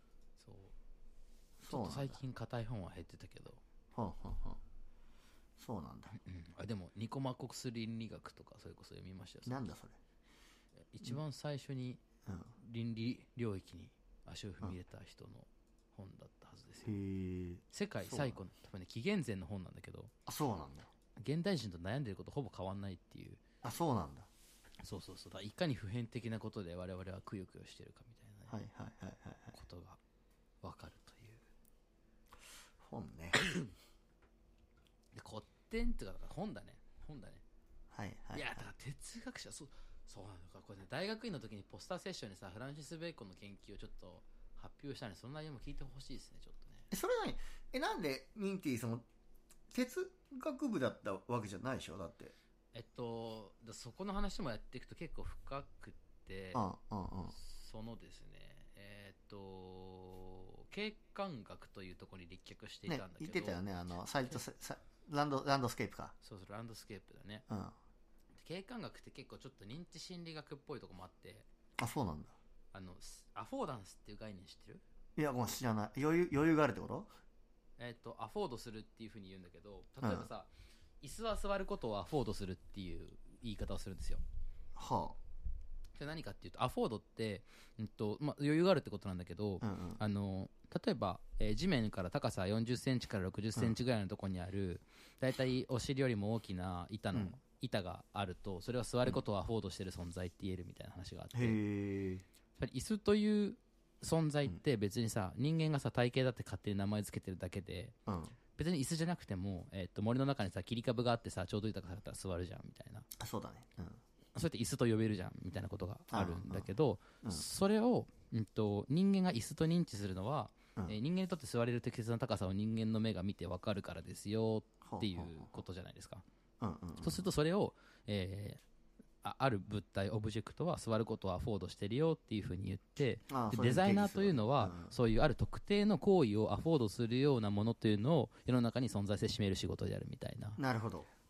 ちょっと最近硬い本は減ってたけど。 はんはんはん。そうなんだ。 うん、あでもニコマコクス倫理学とかそれこそ読みましたよ。 なんだそれ。 一番最初に倫理領域に足を踏み入れた人の本だったはずですよ。へー。世界最古の多分ね紀元前の本なんだけど。あ、そうなんだ。現代人と悩んでることほぼ変わんないっていう。 あ、そうなんだ。 そうそうそう。だいかに普遍的なことで我々はくよくよしてるかみたいな、ね、はいはいはいはい、はい、ことが分かるという本ね。 で古典っていうか本だね、本だね。 はいはい、はい。いやだから哲学者そうそうなんだからこれね、大学院の時にポスターセッションにさフランシス・ベーコンの研究をちょっと発表したので、その内容も聞いてほしいですねちょっとね。 えそれ何えなんでミンティその哲学部だったわけじゃないでしょだって。 えっとそこの話もやっていくと結構深くて、 ああああそのですねえー、っと景観学というところに立脚していたんだけど、 ね、言ってたよね、あのサイトサランドランドスケープか。 そうそうランドスケープだね、 うん、 景観学って結構ちょっと認知心理学っぽいところもあって。 あ、そうなんだ。 あのアフォーダンスっていう概念知ってる？ いやもう知らない。余裕余裕があるってこと？ えー、っとアフォードするっていう風に言うんだけど、例えばさ、うん、椅子は座ることをアフォードするっていう言い方をするんですよ。 はあ。 それ何かっていうとアフォードって、うんとまあ、余裕があるってことなんだけど、うんうん、あの例えば、えー、地面から高さよんじゅっセンチからろくじゅっセンチぐらいのところにある、だいたいお尻よりも大きな板の、うん、板があるとそれは座ることをアフォードしてる存在って言えるみたいな話があって、うん、やっぱり椅子という存在って別にさ、人間がさ体型だって勝手に名前つけてるだけで、うん、別に椅子じゃなくても、えー、っと森の中にさ切り株があってさちょうどいい高さだったら座るじゃんみたいな。 あ、そうだね、うん、 そうやって椅子と呼べるじゃんみたいなことがあるんだけど、うん、それを、うんと、人間が椅子と認知するのは、うんえー、人間にとって座れる適切な高さを人間の目が見て分かるからですよっていうことじゃないですか。うんうんうん、そうするとそれを、えーあ, ある物体オブジェクトは座ることをアフォードしてるよっていう風に言って、でデザイナーというのは、うん、そういうある特定の行為をアフォードするようなものというのを世の中に存在して占める仕事であるみたいな。 なるほど。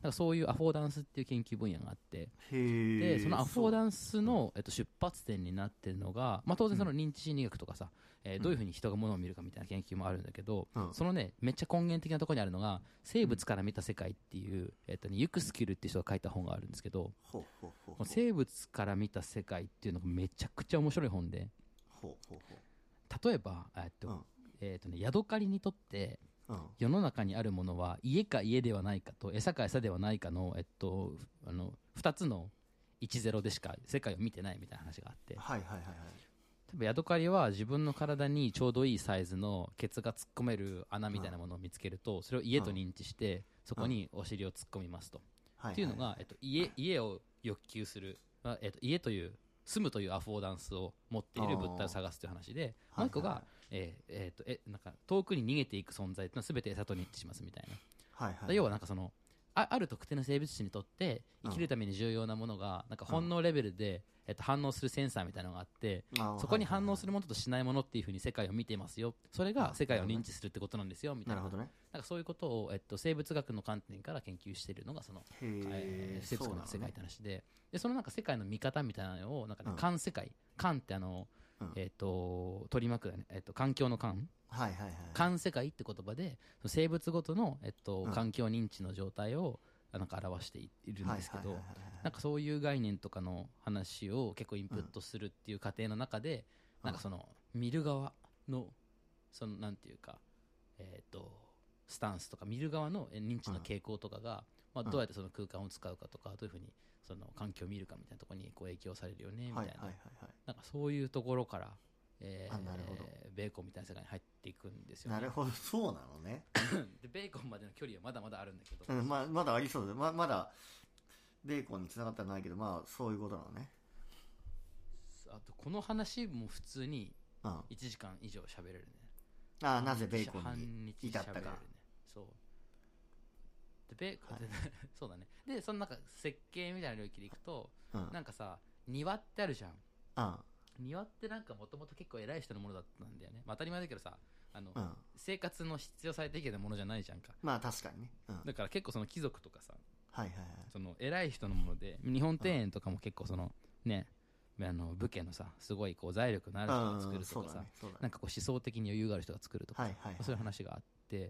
からそういうアフォーダンスっていう研究分野があって、 へでそのアフォーダンスの、えっと、出発点になってるのが、まあ、当然その認知心理学とかさ、えー、どういうふうに人が物を見るかみたいな研究もあるんだけど、うん、そのねめっちゃ根源的なところにあるのが生物から見た世界っていう、えっとね、ユクスキュルっていう人が書いた本があるんですけど、ほうほうほうほう、生物から見た世界っていうのがめちゃくちゃ面白い本で、ほうほうほう、例えば、えっとうんえっとね、ヤドカリにとって世の中にあるものは家か家ではないかと餌か餌ではないかの、えっと、あのふたつのいちゼロでしか世界を見てないみたいな話があって、はいはいはいはい、例えばヤドカリは自分の体にちょうどいいサイズのケツが突っ込める穴みたいなものを見つけると、それを家と認知してそこにお尻を突っ込みますと、っていうのが、えっと、家, 家を欲求する、えっと、家という住むというアフォーダンスを持っている物体を探すという話で、もう一個が、えーえー、とえなんか遠くに逃げていく存在というのは全て餌と認知しますみたいな、はいはい、要はなんかその あ, ある特定の生物種にとって生きるために重要なものがなんか本能レベルで、えー、と反応するセンサーみたいなのがあって、そこに反応するものとしないものっていう風に世界を見ていますよ、それが世界を認知するってことなんですよみたいな、なるほどね、なんかそういうことを、えー、と生物学の観点から研究しているのがその、えー、生物学の世界って話で、でそのなんか世界の見方みたいなのをなんか、ね、観世界、観ってあのうん、えー、と取り巻く、ねえー、と環境の環、はいはいはい、環世界って言葉で生物ごとの、えー、と環境認知の状態をなんか表しているんですけど、なんかそういう概念とかの話を結構インプットするっていう過程の中で、うん、なんかその見る側のそのなんていうか、えー、とスタンスとか見る側の認知の傾向とかが、うんまあ、どうやってその空間を使うかとか、どういうふうにその環境を見るかみたいなところにこう影響されるよねみたいな、はいはいはいはい、なんかそういうところから、えー、なるほど、ベーコンみたいな世界に入っていくんですよね。 なるほど、そうなのねでベーコンまでの距離はまだまだあるんだけど、 うん、ま, まだありそうで ま, まだベーコンに繋がったらないけど、まあそういうことなのね。 あとこの話も普通にいちじかん以上喋れるね、 うん、ああ、なぜベーコンに至ったか、ね、 そうでベーコン、はい、そうだね。でそのなんか設計みたいな領域でいくと、うん、なんかさ庭ってあるじゃん、うん、庭ってなんかもともと結構偉い人のものだったんだよね、まあ、当たり前だけどさあの、うん、生活の必要最低限のものじゃないじゃんか。 まあ確かにね、うん、 だから結構その貴族とかさ、 はいはいはい、 その偉い人のもので、日本庭園とかも結構そのねあの武家のさすごいこう財力のある人が作るとかさ、うんうんねね、なんかこう思想的に余裕がある人が作るとか、はいはいはい、そういう話があって、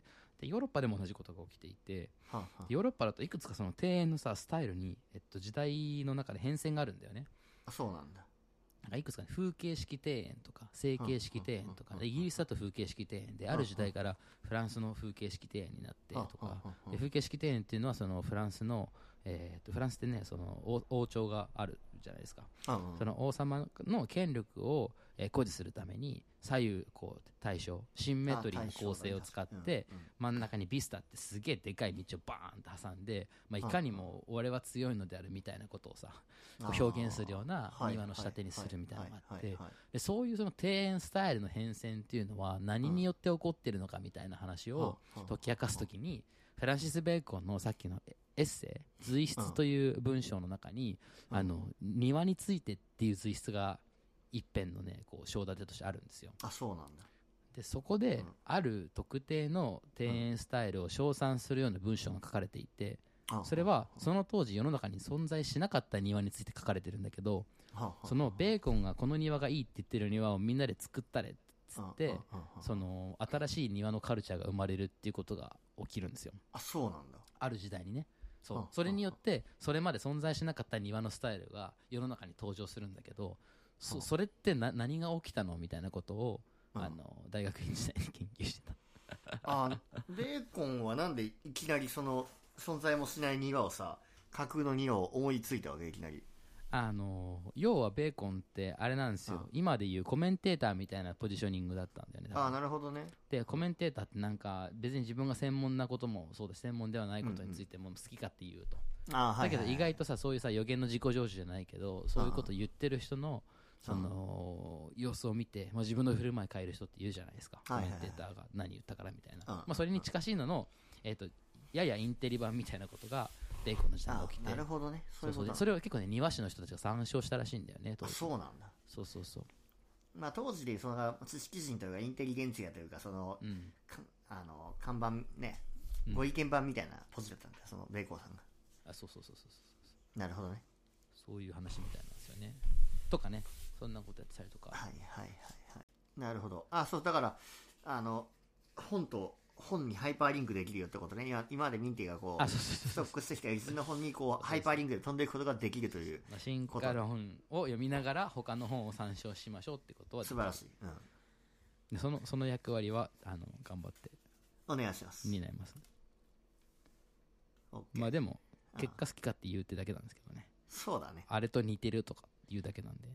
でヨーロッパでも同じことが起きていて、はあはあ、ヨーロッパだといくつかその庭園のさスタイルに、えっと、時代の中で変遷があるんだよね。 あ、そうなんだ。 なんかいくつか、ね、風景式庭園とか成形式庭園とか、イギリスだと風景式庭園で、ある時代からフランスの風景式庭園になってとか、で風景式庭園っていうのはそのフランスの、えー、とフランスってねその 王, 王朝があるじゃないですか。その王様の権力を、えー、誇示するために左右こう対称シンメトリーの構成を使って真ん中にビスタってすげえでかい道をバーンと挟んで、まあ、いかにも俺は強いのであるみたいなことをさこう表現するような庭の仕立てにするみたいなのがあって、でそういうその庭園スタイルの変遷っていうのは何によって起こってるのかみたいな話を解き明かすときに、フランシス・ベーコンのさっきのエッセイ随筆という文章の中に、うん、あの庭についてっていう随筆が一編のねこう章立てとしてあるんですよ。 あ、そうなんだ。 でそこで、うん、ある特定の庭園スタイルを称賛するような文章が書かれていて、うん、それはその当時世の中に存在しなかった庭について書かれてるんだけど、うん、そのベーコンがこの庭がいいって言ってる庭をみんなで作ったれってつって、その新しい庭のカルチャーが生まれるっていうことが起きるんですよ。 あ、そうなんだ。 ある時代にね。そう、それによってそれまで存在しなかった庭のスタイルが世の中に登場するんだけど、そ, それってな何が起きたのみたいなことを、あの大学院時代に研究してたあベーコンはなんでいきなりその存在もしない庭をさ架空の庭を思いついたわけ？いきなりあの要はベーコンってあれなんですよ、今でいうコメンテーターみたいなポジショニングだったんだよね。 ああ、なるほどね。 でコメンテーターってなんか別に自分が専門なこともそうだし専門ではないことについても好き勝手言うと、うんうん、だけど意外とさそういうさ予言の自己成就じゃないけどそういうこと言ってる人のその様子を見て、まあ、自分の振る舞い変える人って言うじゃないですか、コメンテーターが何言ったからみたいな、まあ、それに近しいのの、えーと、ややインテリ版みたいなことがベーコンの時代に起きて、 なるほどね、そういうこと。 そうそう、それを結構ね庭師の人たちが参照したらしいんだよね。 あ、そうなんだ。 そうそうそう。 まあ当時でその知識人というかインテリゲンツィアというかその、うん、あの看板ね、ご意見版みたいなポジだったんだ、そのベーコンさんが。 あ、そうそうそうそうそうなるほどね。 そういう話みたいなんですよね。とかね、そんなことやってたりとか。 はいはいはいはい。なるほど。あ、そうだからあの本と本にハイパーリンクできるよってことね。今今までミンティがこうストックしてきた別の本にこうハイパーリンクで飛んでいくことができるという。 まあ、進化の本を読みながら他の本を参照しましょうってことは素晴らしい。うん。 でそのその役割はあの頑張ってお願いします。 担います。 OK。 まあでも結果好きかって言うってだけなんですけどね。 そうだね。 あれと似てるとか言うだけなんで。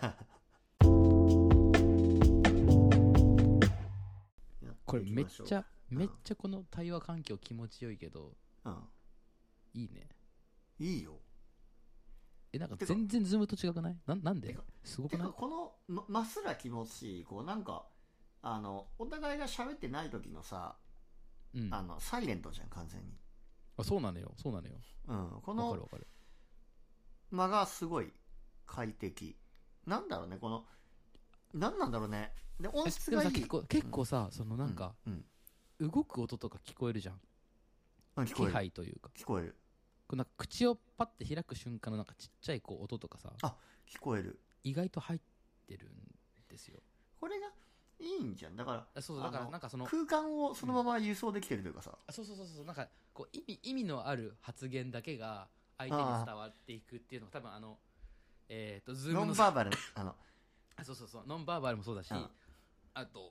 これめっちゃめっちゃこの対話環境気持ちよいけど、 うん、 いいね。 いいよ。 え、なんか全然ズームと違くない？ななんですごくない？ この ま, ますら気持ちいいこうなんかあのお互いが喋ってない時のさ、うん、あのサイレントじゃん完全に。 あ、そうなのよそうなのよ。 うん、このわかるわかる。 間がすごい快適。なんだろうねこのなんなんだろうね。で音質がいい。 結構結構さ、うん、そのなんか、うんうん、動く音とか聞こえるじゃん。 うん、聞こえる。 気配というか聞こえる。 こうなんか口をパッて開く瞬間のなんかちっちゃいこう音とかさ、 あ、聞こえる。 意外と入ってるんですよ。 これがいいんじゃん。だからそうだからなんかその空間をそのまま輸送できてるというかさ、 うん、そうそうそうそう、なんかこう意味意味のある発言だけが相手に伝わっていくっていうのが多分あのえっ、ー、とズームのノンバーバルあのあそうそうそうノンバーバルもそうだし、あと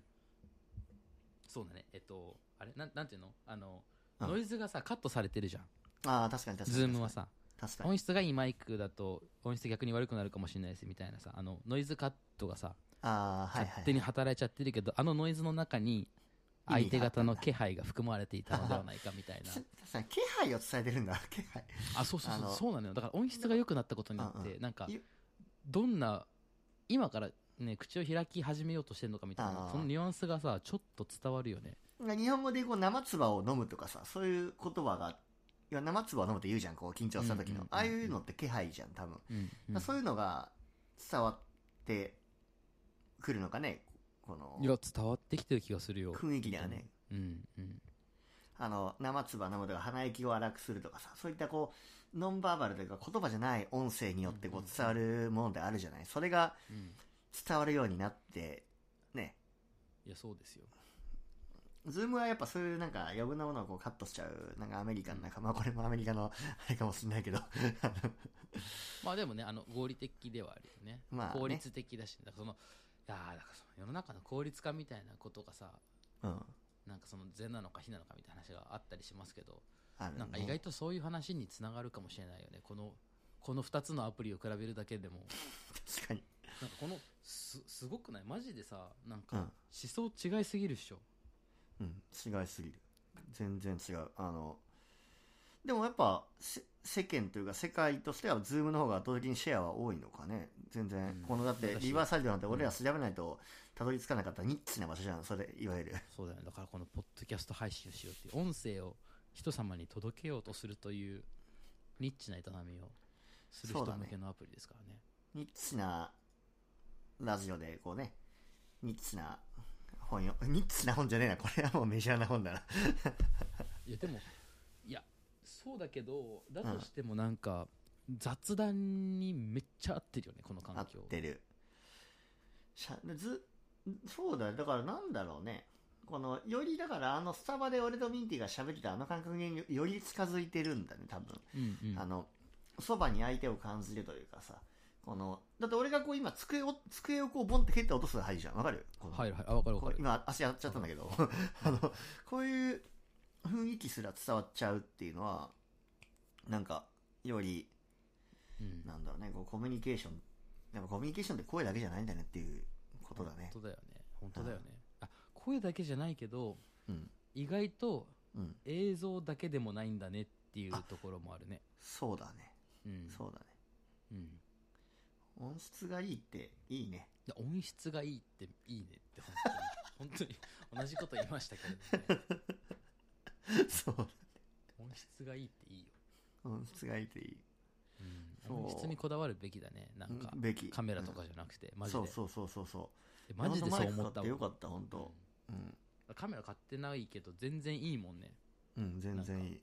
そうだねえっとあれなんなんていうのあのノイズがさカットされてるじゃん。 ああ確かに確かに。 ズームはさ確かに音質がいいマイクだと音質逆に悪くなるかもしれないですみたいなさ、あのノイズカットがさあ、はいはいはい、 勝手に働いちゃってるけど、あのノイズの中に相手方の気配が含まれていたのではないかみたいな。 確かに気配を伝えてるんだ。気配。 あ、そうそうそうそうなのよ。だから音質が良くなったことによって、うんうん、なんかどんな今からね口を開き始めようとしてるのかみたいな、そのニュアンスがさちょっと伝わるよね。 日本語でこう生唾を飲むとかさ、そういう言葉がいや生唾を飲むって言うじゃん、こう緊張した時の、うんうんうんうん、ああいうのって気配じゃん多分、うんうん、そういうのが伝わってくるのかね。このいや伝わってきてる気がするよ雰囲気ではね、 うんうん、 あの生唾飲むとか鼻息を荒くするとかさ、そういったこうノンバーバルというか言葉じゃない音声によってこう伝わるものであるじゃない。それが伝わるようになってね。 いやそうですよ。 ズームはやっぱそういうなんか余分なものをこうカットしちゃうなんかアメリカンなんか、まあこれもアメリカのあれかもしれないけどまあでもねあの合理的ではあるよね、まあね、効率的だし、だからそのいやだからその世の中の効率化みたいなことがさ、うん、なんかその善なのか非なのかみたいな話があったりしますけど、ね、なんか意外とそういう話につながるかもしれないよね。このこのふたつのアプリを比べるだけでも確かになんかこの す, すごくないマジでさ、なんか思想違いすぎるっしょ。 うん、違いすぎる。全然違う。あのでもやっぱ世間というか世界としてはズームの方が圧倒的にシェアは多いのかね。全然、うん、このだってリバーサイドなんて俺ら調べないとたどり着かなかったニッチな場所じゃん、それいわゆる。 そうだよね。だからこのポッドキャスト配信をしようっていう音声を人様に届けようとするというニッチな営みをする人向けのアプリですからね。 ニッチなラジオでこうね、ニッチな本よ、ニッチな本じゃねえな、これはもうメジャーな本だな。 いやでもいやそうだけど、だとしてもなんか、うん、雑談にめっちゃ合ってるよねこの環境。 合ってる。しゃずそうだよ。だからなんだろうね、このよりだからあのスタバで俺とミンティが喋ってたあの感覚により近づいてるんだね多分、うんうん、あのそばに相手を感じるというかさ、このだって俺がこう今机を机をこうボンって蹴って落とすの入るじゃん。わかる？ はいはい、あ、わかるわかる。 今足やっちゃったんだけどあのこういう雰囲気すら伝わっちゃうっていうのはなんかより、うん、なんだろうね、こうコミュニケーション、やっぱコミュニケーションって声だけじゃないんだねっていうことだね。 本当だよね。本当だよね。あ、声だけじゃないけど、うん、意外と映像だけでもないんだねっていうところもあるね。 そうだね。うん、そうだね。うん。音質がいいっていいね。 音質がいいっていいねって本当に本当に同じこと言いましたけどね。 そうだね。 音質がいいっていいよ。 音質がいいっていい。 うん、音質にこだわるべきだね。なんかカメラとかじゃなくて、うん、マジで。 そうそうそうそうそう。 マジでそう思ったわ。 よかった本当。 うん。カメラ買ってないけど全然いいもんね。 うん、全然いい。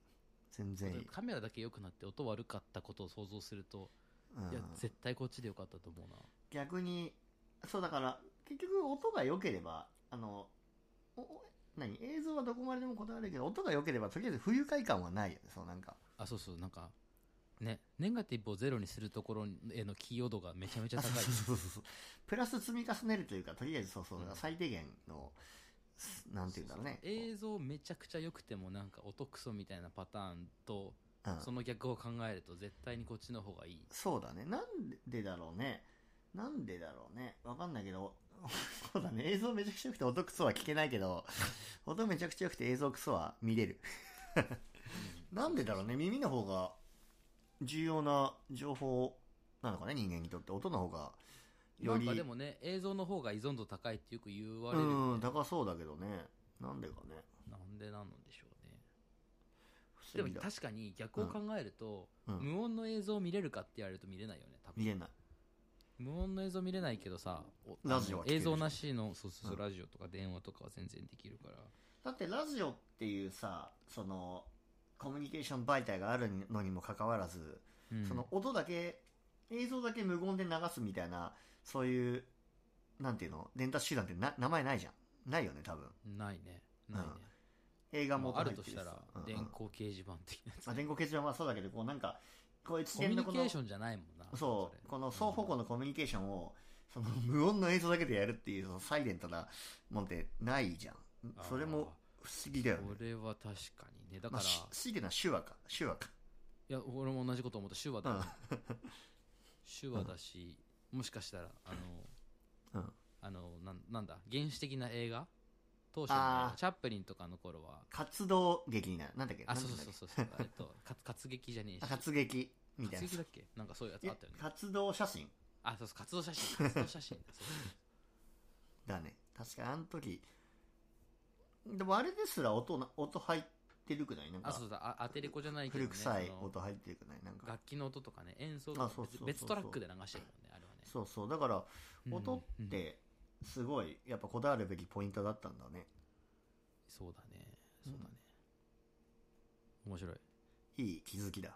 全然いい。 カメラだけ良くなって音悪かったことを想像すると、うん、いや絶対こっちでよかったと思うな。 逆にそうだから結局音が良ければあのお何映像はどこまででもこだわるけど音が良ければとりあえず不愉快感はないよね。そうなんかあそうそうなんかねネガティブをゼロにするところへの寄与度がめちゃめちゃ高い。そうそうそうプラス積み重ねるというかとりあえずそうそう、うん、最低限のなんていうんだろうね。 そうそう映像めちゃくちゃ良くてもなんか音クソみたいなパターンと、うん、その逆を考えると絶対にこっちの方がいい。 そうだね。なんでだろうね。なんでだろうね。わかんないけどそうだね。映像めちゃくちゃ良くて音クソは聞けないけど音めちゃくちゃ良くて映像クソは見れるなんでだろうね。耳の方が重要な情報なのかね、人間にとって。音の方がより。 なんかでもね、映像の方が依存度高いってよく言われる、ね、 うん、高そうだけどね。なんでかね。 なんでなんでしょうね。でも確かに逆を考えると、うんうん、無音の映像を見れるかって言われると見れないよね、多分。 見れない。 無音の映像見れないけどさ、 ラジオは映像なしの、そうそうそう、うん、ラジオとか電話とかは全然できるから。 だってラジオっていうさ、そのコミュニケーション媒体があるのにもかかわらず、うん、その音だけ映像だけ無言で流すみたいな、そういうなんていうの伝達手段ってな名前ないじゃん。ないよね多分。 ないねないね、 うん、映画もあるとしたら電光掲示板的なやつ、 うんうん、電光掲示板はそうだけど、こうなんかこう一連のコミュニケーションじゃないもんな。 そうこの双方向のコミュニケーションをその無音の映像だけでやるっていうそのサイレントなもんってないじゃん。それも不思議だよね。 それは確かにね。だから、まあ、 不思議な手話か手話か。 いや俺も同じこと思った。手話だ、うん、手話だし、うん、もしかしたらあの、うん、あのななんだ原始的な映画当初のチャップリンとかの頃は活動劇になる。なんだっけ。 あそうそうそうそうえっと活劇じゃねえし活劇みたいな。 活劇だっけ。なんかそういうやつあったよね。 活動写真。 あそうそう活動写真活動写真だそうだね。確かにあの時でもあれですら音音入ってるくない。なんかあそうだあ当てれこじゃないけど、ね、 古臭い音入ってるくない。なんか楽器の音とかね演奏とか別トラックで流してるもんねあれはね。 そうそうだから音ってすごいやっぱこだわるべきポイントだったんだね。 そうだねそうだね、うん、面白い。 いい気づきだ。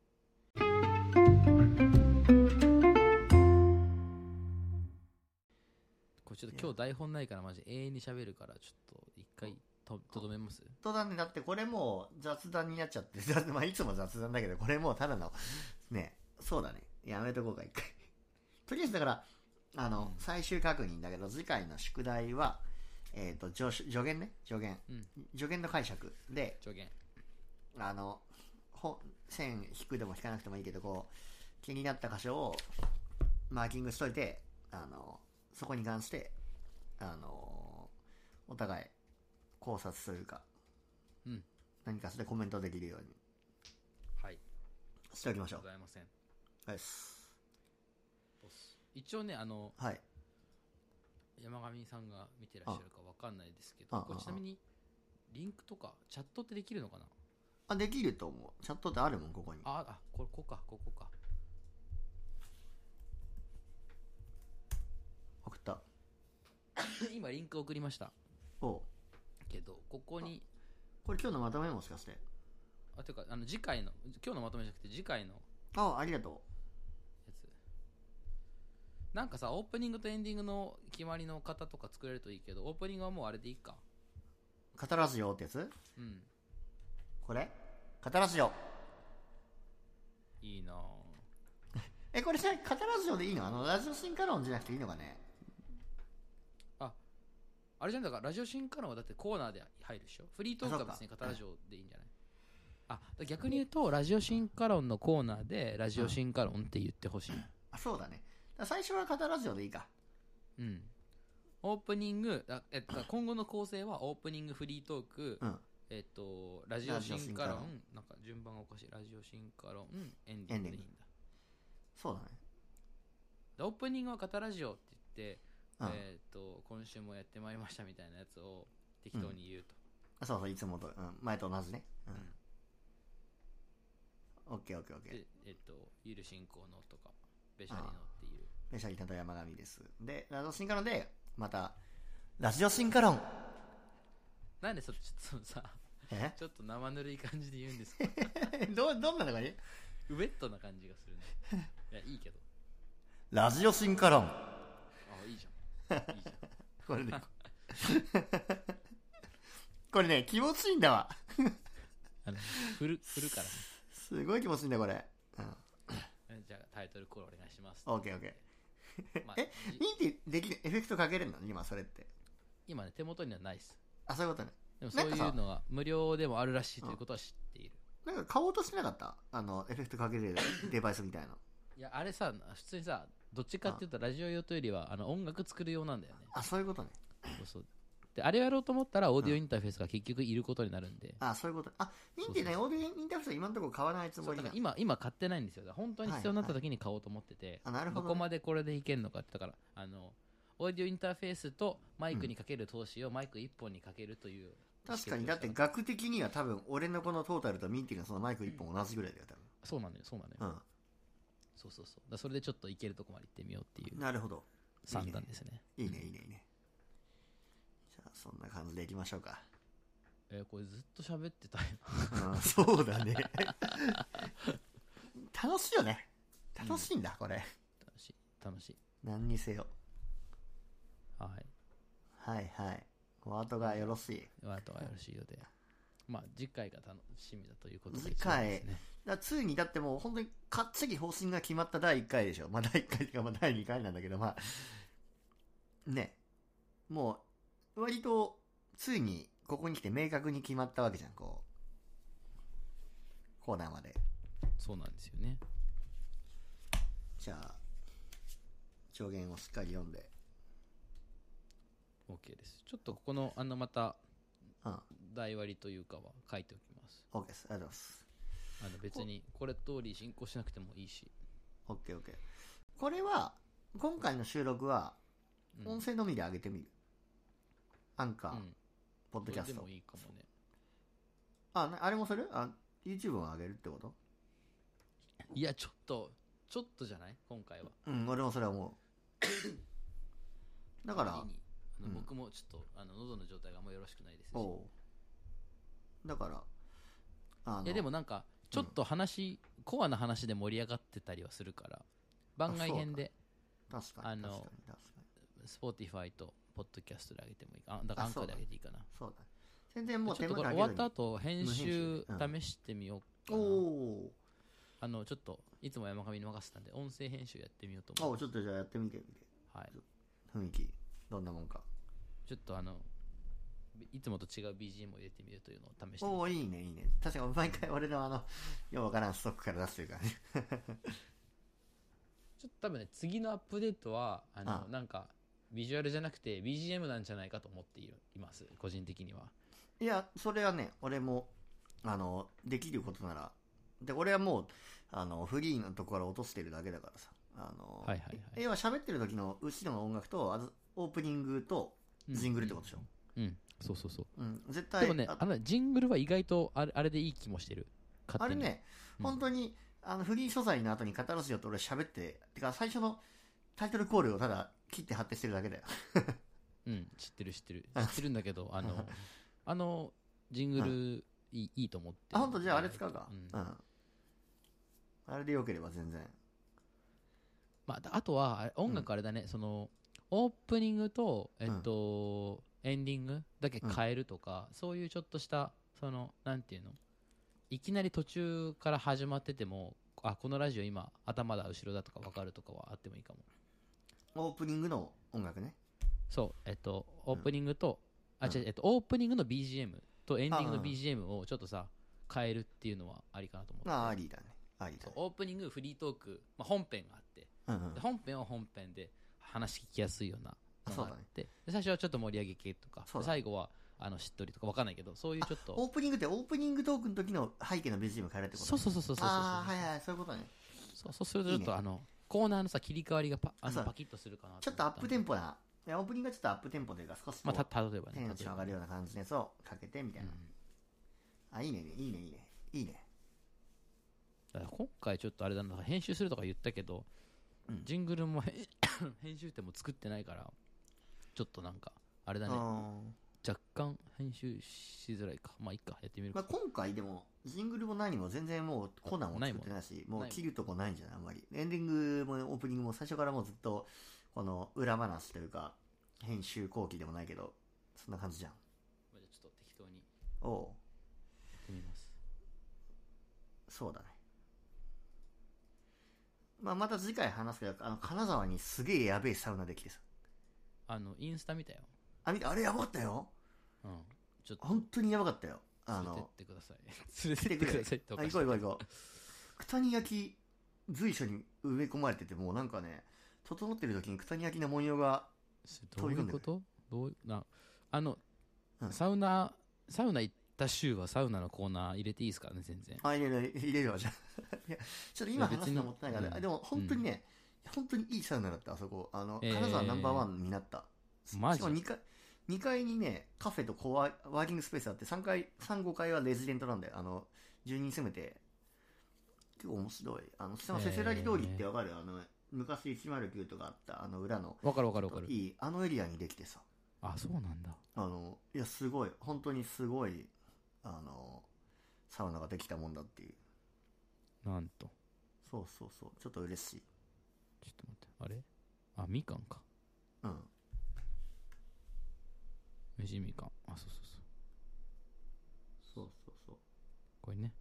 これちょっと今日台本ないからマジ永遠に喋るからちょっと一回ととどめます。 とだね。だってこれもう雑談になっちゃってまあいつも雑談だけどこれもうただのね。そうだねやめとこうか一回とりあえずだからあの、うん、最終確認だけど次回の宿題はえっ、ー、と助助言ね助言、うん、助言の解釈で助言あの線引くでも引かなくてもいいけどこう気になった箇所をマーキングしといてあのそこに関してあのお互い考察というか、うん、何かしらコメントできるようにはいしておきましょう。 ございません。 はい。 一応ねあの、 はい、 山上さんが見てらっしゃるかわかんないですけど、これちなみにリンクとかチャットってできるのかな。 あできると思う。チャットってあるもんここに。 ああこれここかここか送った今リンク送りました。 おうけどここにこれ今日のまとめもしかしてあていうかあの次回の今日のまとめじゃなくて次回のあありがとうやつなんかさオープニングとエンディングの決まりの型とか作れるといいけどオープニングはもうあれでいいか。 語らずよってやつ。 うんこれ語らずよいいなえこれじゃ語らずよでいいの。あのラジオ進化論じゃなくていいのかね。 ああれじゃんだからラジオ進化論はだってコーナーで入るでしょ。フリートークは別に語らずよでいいんじゃない。あ逆に言うとラジオ進化論のコーナーでラジオ進化論って言ってほしい、うん、 あそうだね。だ最初は語らずよでいいか。 うんオープニングあ、えっと、今後の構成はオープニングフリートーク、うんえっと、ラジオ進化論なんか順番がおかしい。ラジオ進化論エンディングでいいんだ。 そうだね。 オープニングは語ラジオって言って、うんえっと今週もやってまいりましたみたいなやつを適当に言うと、 うん、そうそういつもと、うん、前と同じね。うんオッケーオッケーオッケー。 でえっとゆる進行のとかベシャリのっていうベシャリ担当山上です。でラジオ進化論でまたラジオ進化論なんでそっちそのさえちょっと生ぬるい感じで言うんですかどどんなのがいい？ ウェットな感じがするね。いや、いいけど。 ラジオ進化論。 あ、いいじゃん。いいじゃん。 これねこれね気持ちいいんだわあの振る振るからね。 すごい気持ちいいんだこれ、うん、 じゃあタイトルコールお願いします。 オッケーオッケーまあ、 えミンティできるエフェクトかけれるの今それって？ 今ね手元にはないです。 あ、そういうことね。 でもそういうのが無料でもあるらしいということは知っている。 なんか買おうとしてなかった？あのエフェクトかけれるデバイスみたいな。 いやあれさ普通にさどっちかっていうとラジオ用というよりはあの音楽作る用なんだよね。 あ、そういうことね。 そうそう。であれをやろうと思ったらオーディオインターフェースが結局いることになるんで、 うん、あ、そういうこと。あ、ミンティね、オーディオインターフェースは今のところ買わないつもりだ。 今今買ってないんですよ。本当に必要になった時に買おうと思ってて、 はいはい、あ、なるほど、ね、 どこまでこれでいけるのかって。だからあのオーディオインターフェースとマイクにかける投資をマイクいっぽんにかけるという、 うん、確かに。だって額的には多分俺のこのトータルとミンティのそのマイクいっぽん同じぐらいだよ多分。 そうなのよそうなのよ、うん、そうそうそう。だそれでちょっといけるとこまで行ってみようっていう。 なるほど。 算段ですね。 いいねいいねいいね。じゃあそんな感じでいきましょうか。 えー、これずっと喋ってたよ、 うん、そうだね楽しいよね。楽しいんだ、うん、これ。 楽しい楽しい。 何にせよ。 はいはいはい。お後がよろしい。 お後がよろしいようで、まあ次回が楽しみだということで、 次回ですね。だついにだってもう本当にかっちり方針が決まっただいいっかいでしょ。まあだいいっかいというかまあだいにかいなんだけど、まあね、もう割とついにここに来て明確に決まったわけじゃん、こうコーナーまで。 そうなんですよね。 じゃあ上限をしっかり読んで OK です。ちょっとここのあのまたうん台割りというかは書いておきます。 OK です。ありがとうございます。 あの別にこれ通り進行しなくてもいいし。 OK OK。 これは今回の収録は音声のみで上げてみる、うん、アンカー、うん、ポッドキャスト。 それでもいいかもね。 あ、あれもする？あ、YouTube も上げるってこと？ いやちょっとちょっとじゃない今回は。 うん、俺もそれは思うだから、 あの僕もちょっとあの喉の状態があんまよろしくないですし。 おだからあのいやでもなんかちょっと話、うん、コアな話で盛り上がってたりはするから番外編で確かにあの確かに確かに Spotify とポッドキャストで上げてもいいか。あだからアンカーで上げていいかな。 そうだ、ね、全然もうちょっとこれ終わった後編集試してみようかな、うん、おあのちょっといつも山上に任せたんで音声編集やってみようと思う。 おちょっとじゃあやってみてみて。 はい。 雰囲気どんなもんか。 ちょっとあのいつもと違う ビージーエム を入れてみるというのを試してみおおいいねいいね。確かに毎回俺のあのようわからんストックから出してるからねちょっと多分ね次のアップデートはあのあなんかビジュアルじゃなくて ビージーエム なんじゃないかと思っています個人的には。 いやそれはね俺もあのできることならで俺はもうあのフリーのところから落としてるだけだからさ、あの、はいはいはい、要は喋ってる時の後ろの音楽とオープニングとジングルってことでしょ。 うん、うんうん、そうそうそう、 うん、絶対でもね あ, あのジングルは意外とあれ、あれでいい気もしてる。 あれね、うん、本当にあのフリー素材の後に語らせよって俺喋っててか最初のタイトルコールをただ切って貼ってしてるだけだようん知ってる知ってる知ってるんだけどあのあのジングル、うん、い, いいと思って。 あ本当じゃああれ使うか、うんうん、あれでよければ全然。 まあ、あとは音楽あれだね、うん、そのオープニングと、えっとうん、エンディングだけ変えるとか、うん、そういうちょっとしたそのなんていうのいきなり途中から始まっててもあこのラジオ今頭だ後ろだとか分かるとかはあってもいいかも。 オープニングの音楽ね。 そうえっとオープニングと、うん、あ違う、えっと、オープニングの ビージーエム とエンディングの ビージーエム をちょっとさ変えるっていうのはありかなと思って。 あありだねありだね。 オープニングフリートーク、まあ、本編があって、うんうん、で本編は本編で話聞きやすいようなのがあって、ね、で最初はちょっと盛り上げ系とか、最後はあのしっとりとか分かんないけどそういうちょっとオープニングってオープニングトークの時の背景の ビージーエム 変えるってこと、ね、 そうそうそうそうそうそうああはいはいそういうことね。 そうそうするとちょっといい、ね、あのコーナーのさ切り替わりが パ, あのパキッとするかなと。 ちょっとアップテンポな、いやオープニングがちょっとアップテンポというか少しこう、 まあ、例えばねテンション上がるような感じのやつをかけてみたいな、うん、あいいねいいねいいねいいね。 だから今回ちょっとあれだな編集するとか言ったけど、うん、ジングルも編集点も作ってないからちょっとなんかあれだね若干編集しづらいか。まあいいか、やってみるか。 まあ、今回でもジングルも何も全然もうコーナーも作ってないし、もう切るとこないんじゃないあんまり。エンディングもオープニングも最初からもうずっとこの裏話というか編集後期でもないけどそんな感じじゃん。 まあ、じゃあちょっと適当におうやってみます。 そうだね。まあまた次回話すけど、あの金沢にすげえやべえサウナできてさ。 あのインスタ見たよ。 あ、見て、あれやばかったよ。 うん。ちょっと本当にやばかったよ。あの連れてってください。連れてってくださいっておかしい。 あ、行こう行こう行こう。九谷焼随所に埋め込まれてて、もうなんかね、整ってる時に九谷焼の文様がどういうことどうなあの、 うん、 サウナサウナ行った週はサウナのコーナー入れていいですかね、全然。 あ、入れる入れるわじゃあいやちょっと今話すのもったいないから、うん、でも本当にね、うん、本当にいいサウナだった。あそこあの、えー、金沢ナンバーワンになった。 マジしかもにかいにかいにねカフェとコワーキングスペースあって、さんかいさん、ごかいはレジデントなんだよ。あの住人攻めて結構面白い。あのせせらぎ通りってわかる？あの昔いちまるきゅうとかあったあの裏のわかるわかるわかるいいあのエリアにできてさ。 あ、そうなんだ。 あのいやすごい本当にすごいあのサウナができたもんだっていう。 なんとそうそうそう、ちょっと嬉しい。 ちょっと待って、あれあ、みかんか。 うん、 飯みかん。あ、そうそうそうそうそうそう、 これね、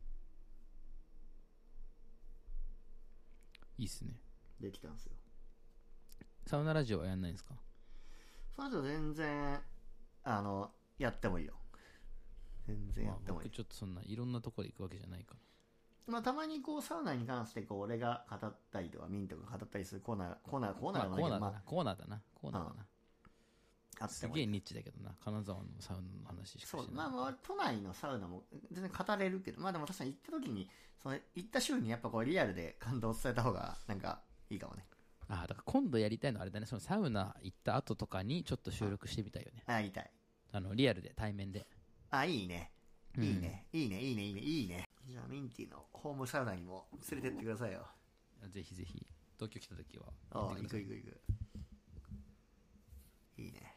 いいっすね。 できたんですよ。 サウナラジオはやんないんですか？ サウナ全然あのやってもいいよ。全然やってもいい、まあ、 僕ちょっとそんないろんなところ行くわけじゃないから。 まあたまにこうサウナに関してこう俺が語ったりとかミントが語ったりするコーナーコーナーコーナーだな、 まあ、コーナーだな、コーナーだなコーナーだな、 あってすげえニッチだけどな、金沢のサウナの話しかしない。 そう、まあ、まあ都内のサウナも全然語れるけど、まあでも確かに行った時にその行った週にやっぱこうリアルで感動伝えた方がなんかいいかもね。 ああ、だから今度やりたいのはあれだね、そのサウナ行った後とかにちょっと収録してみたいよね。 ああ、言いたい。 あのリアルで対面で。 あ、いいねいいね、うん、いいねいいねいいねいいね。じゃあミンティのホームサウナにも連れてってくださいよ。 ぜひぜひ東京来た時はああ、行く行く行く。いいね。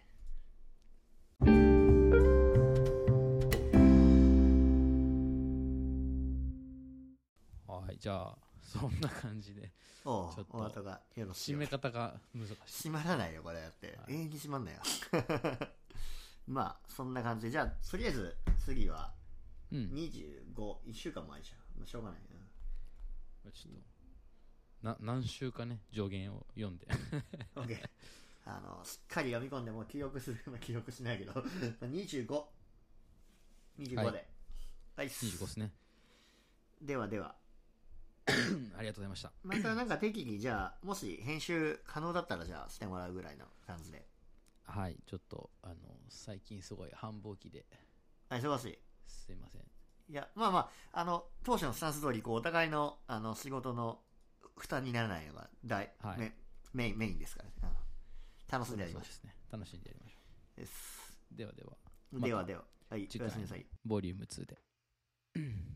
はい、じゃあそんな感じでおう、ちょっとお後がよろしい。 締め方が難しい。 締まらないよこれやって、はい、永遠に締まんないよまあそんな感じで、じゃあとりあえず次はにじゅうご、うん、いっしゅうかん前じゃん、まあ、しょうがないな。 ちょっとな何週かね上限を読んで OK あのしっかり読み込んでもう記憶するまあ記憶しないけどにじゅうご、にじゅうごで、はい、 にじゅうごですね。 ではではありがとうございました。 またなんか適宜じゃあもし編集可能だったらじゃあしてもらうぐらいの感じで。 はい、ちょっとあの最近すごい繁忙期であ、忙しい。 すいません。 いや、まあまあ、あの当初のスタンス通りこうお互いのあの仕事の負担にならないのが大、はい、メインメインですからね。楽しんでやりましょう。 そうですね、楽しんでやりましょう。 です。 ではでは、 ではでは、はい、おやすみなさい。 ボリュームツーで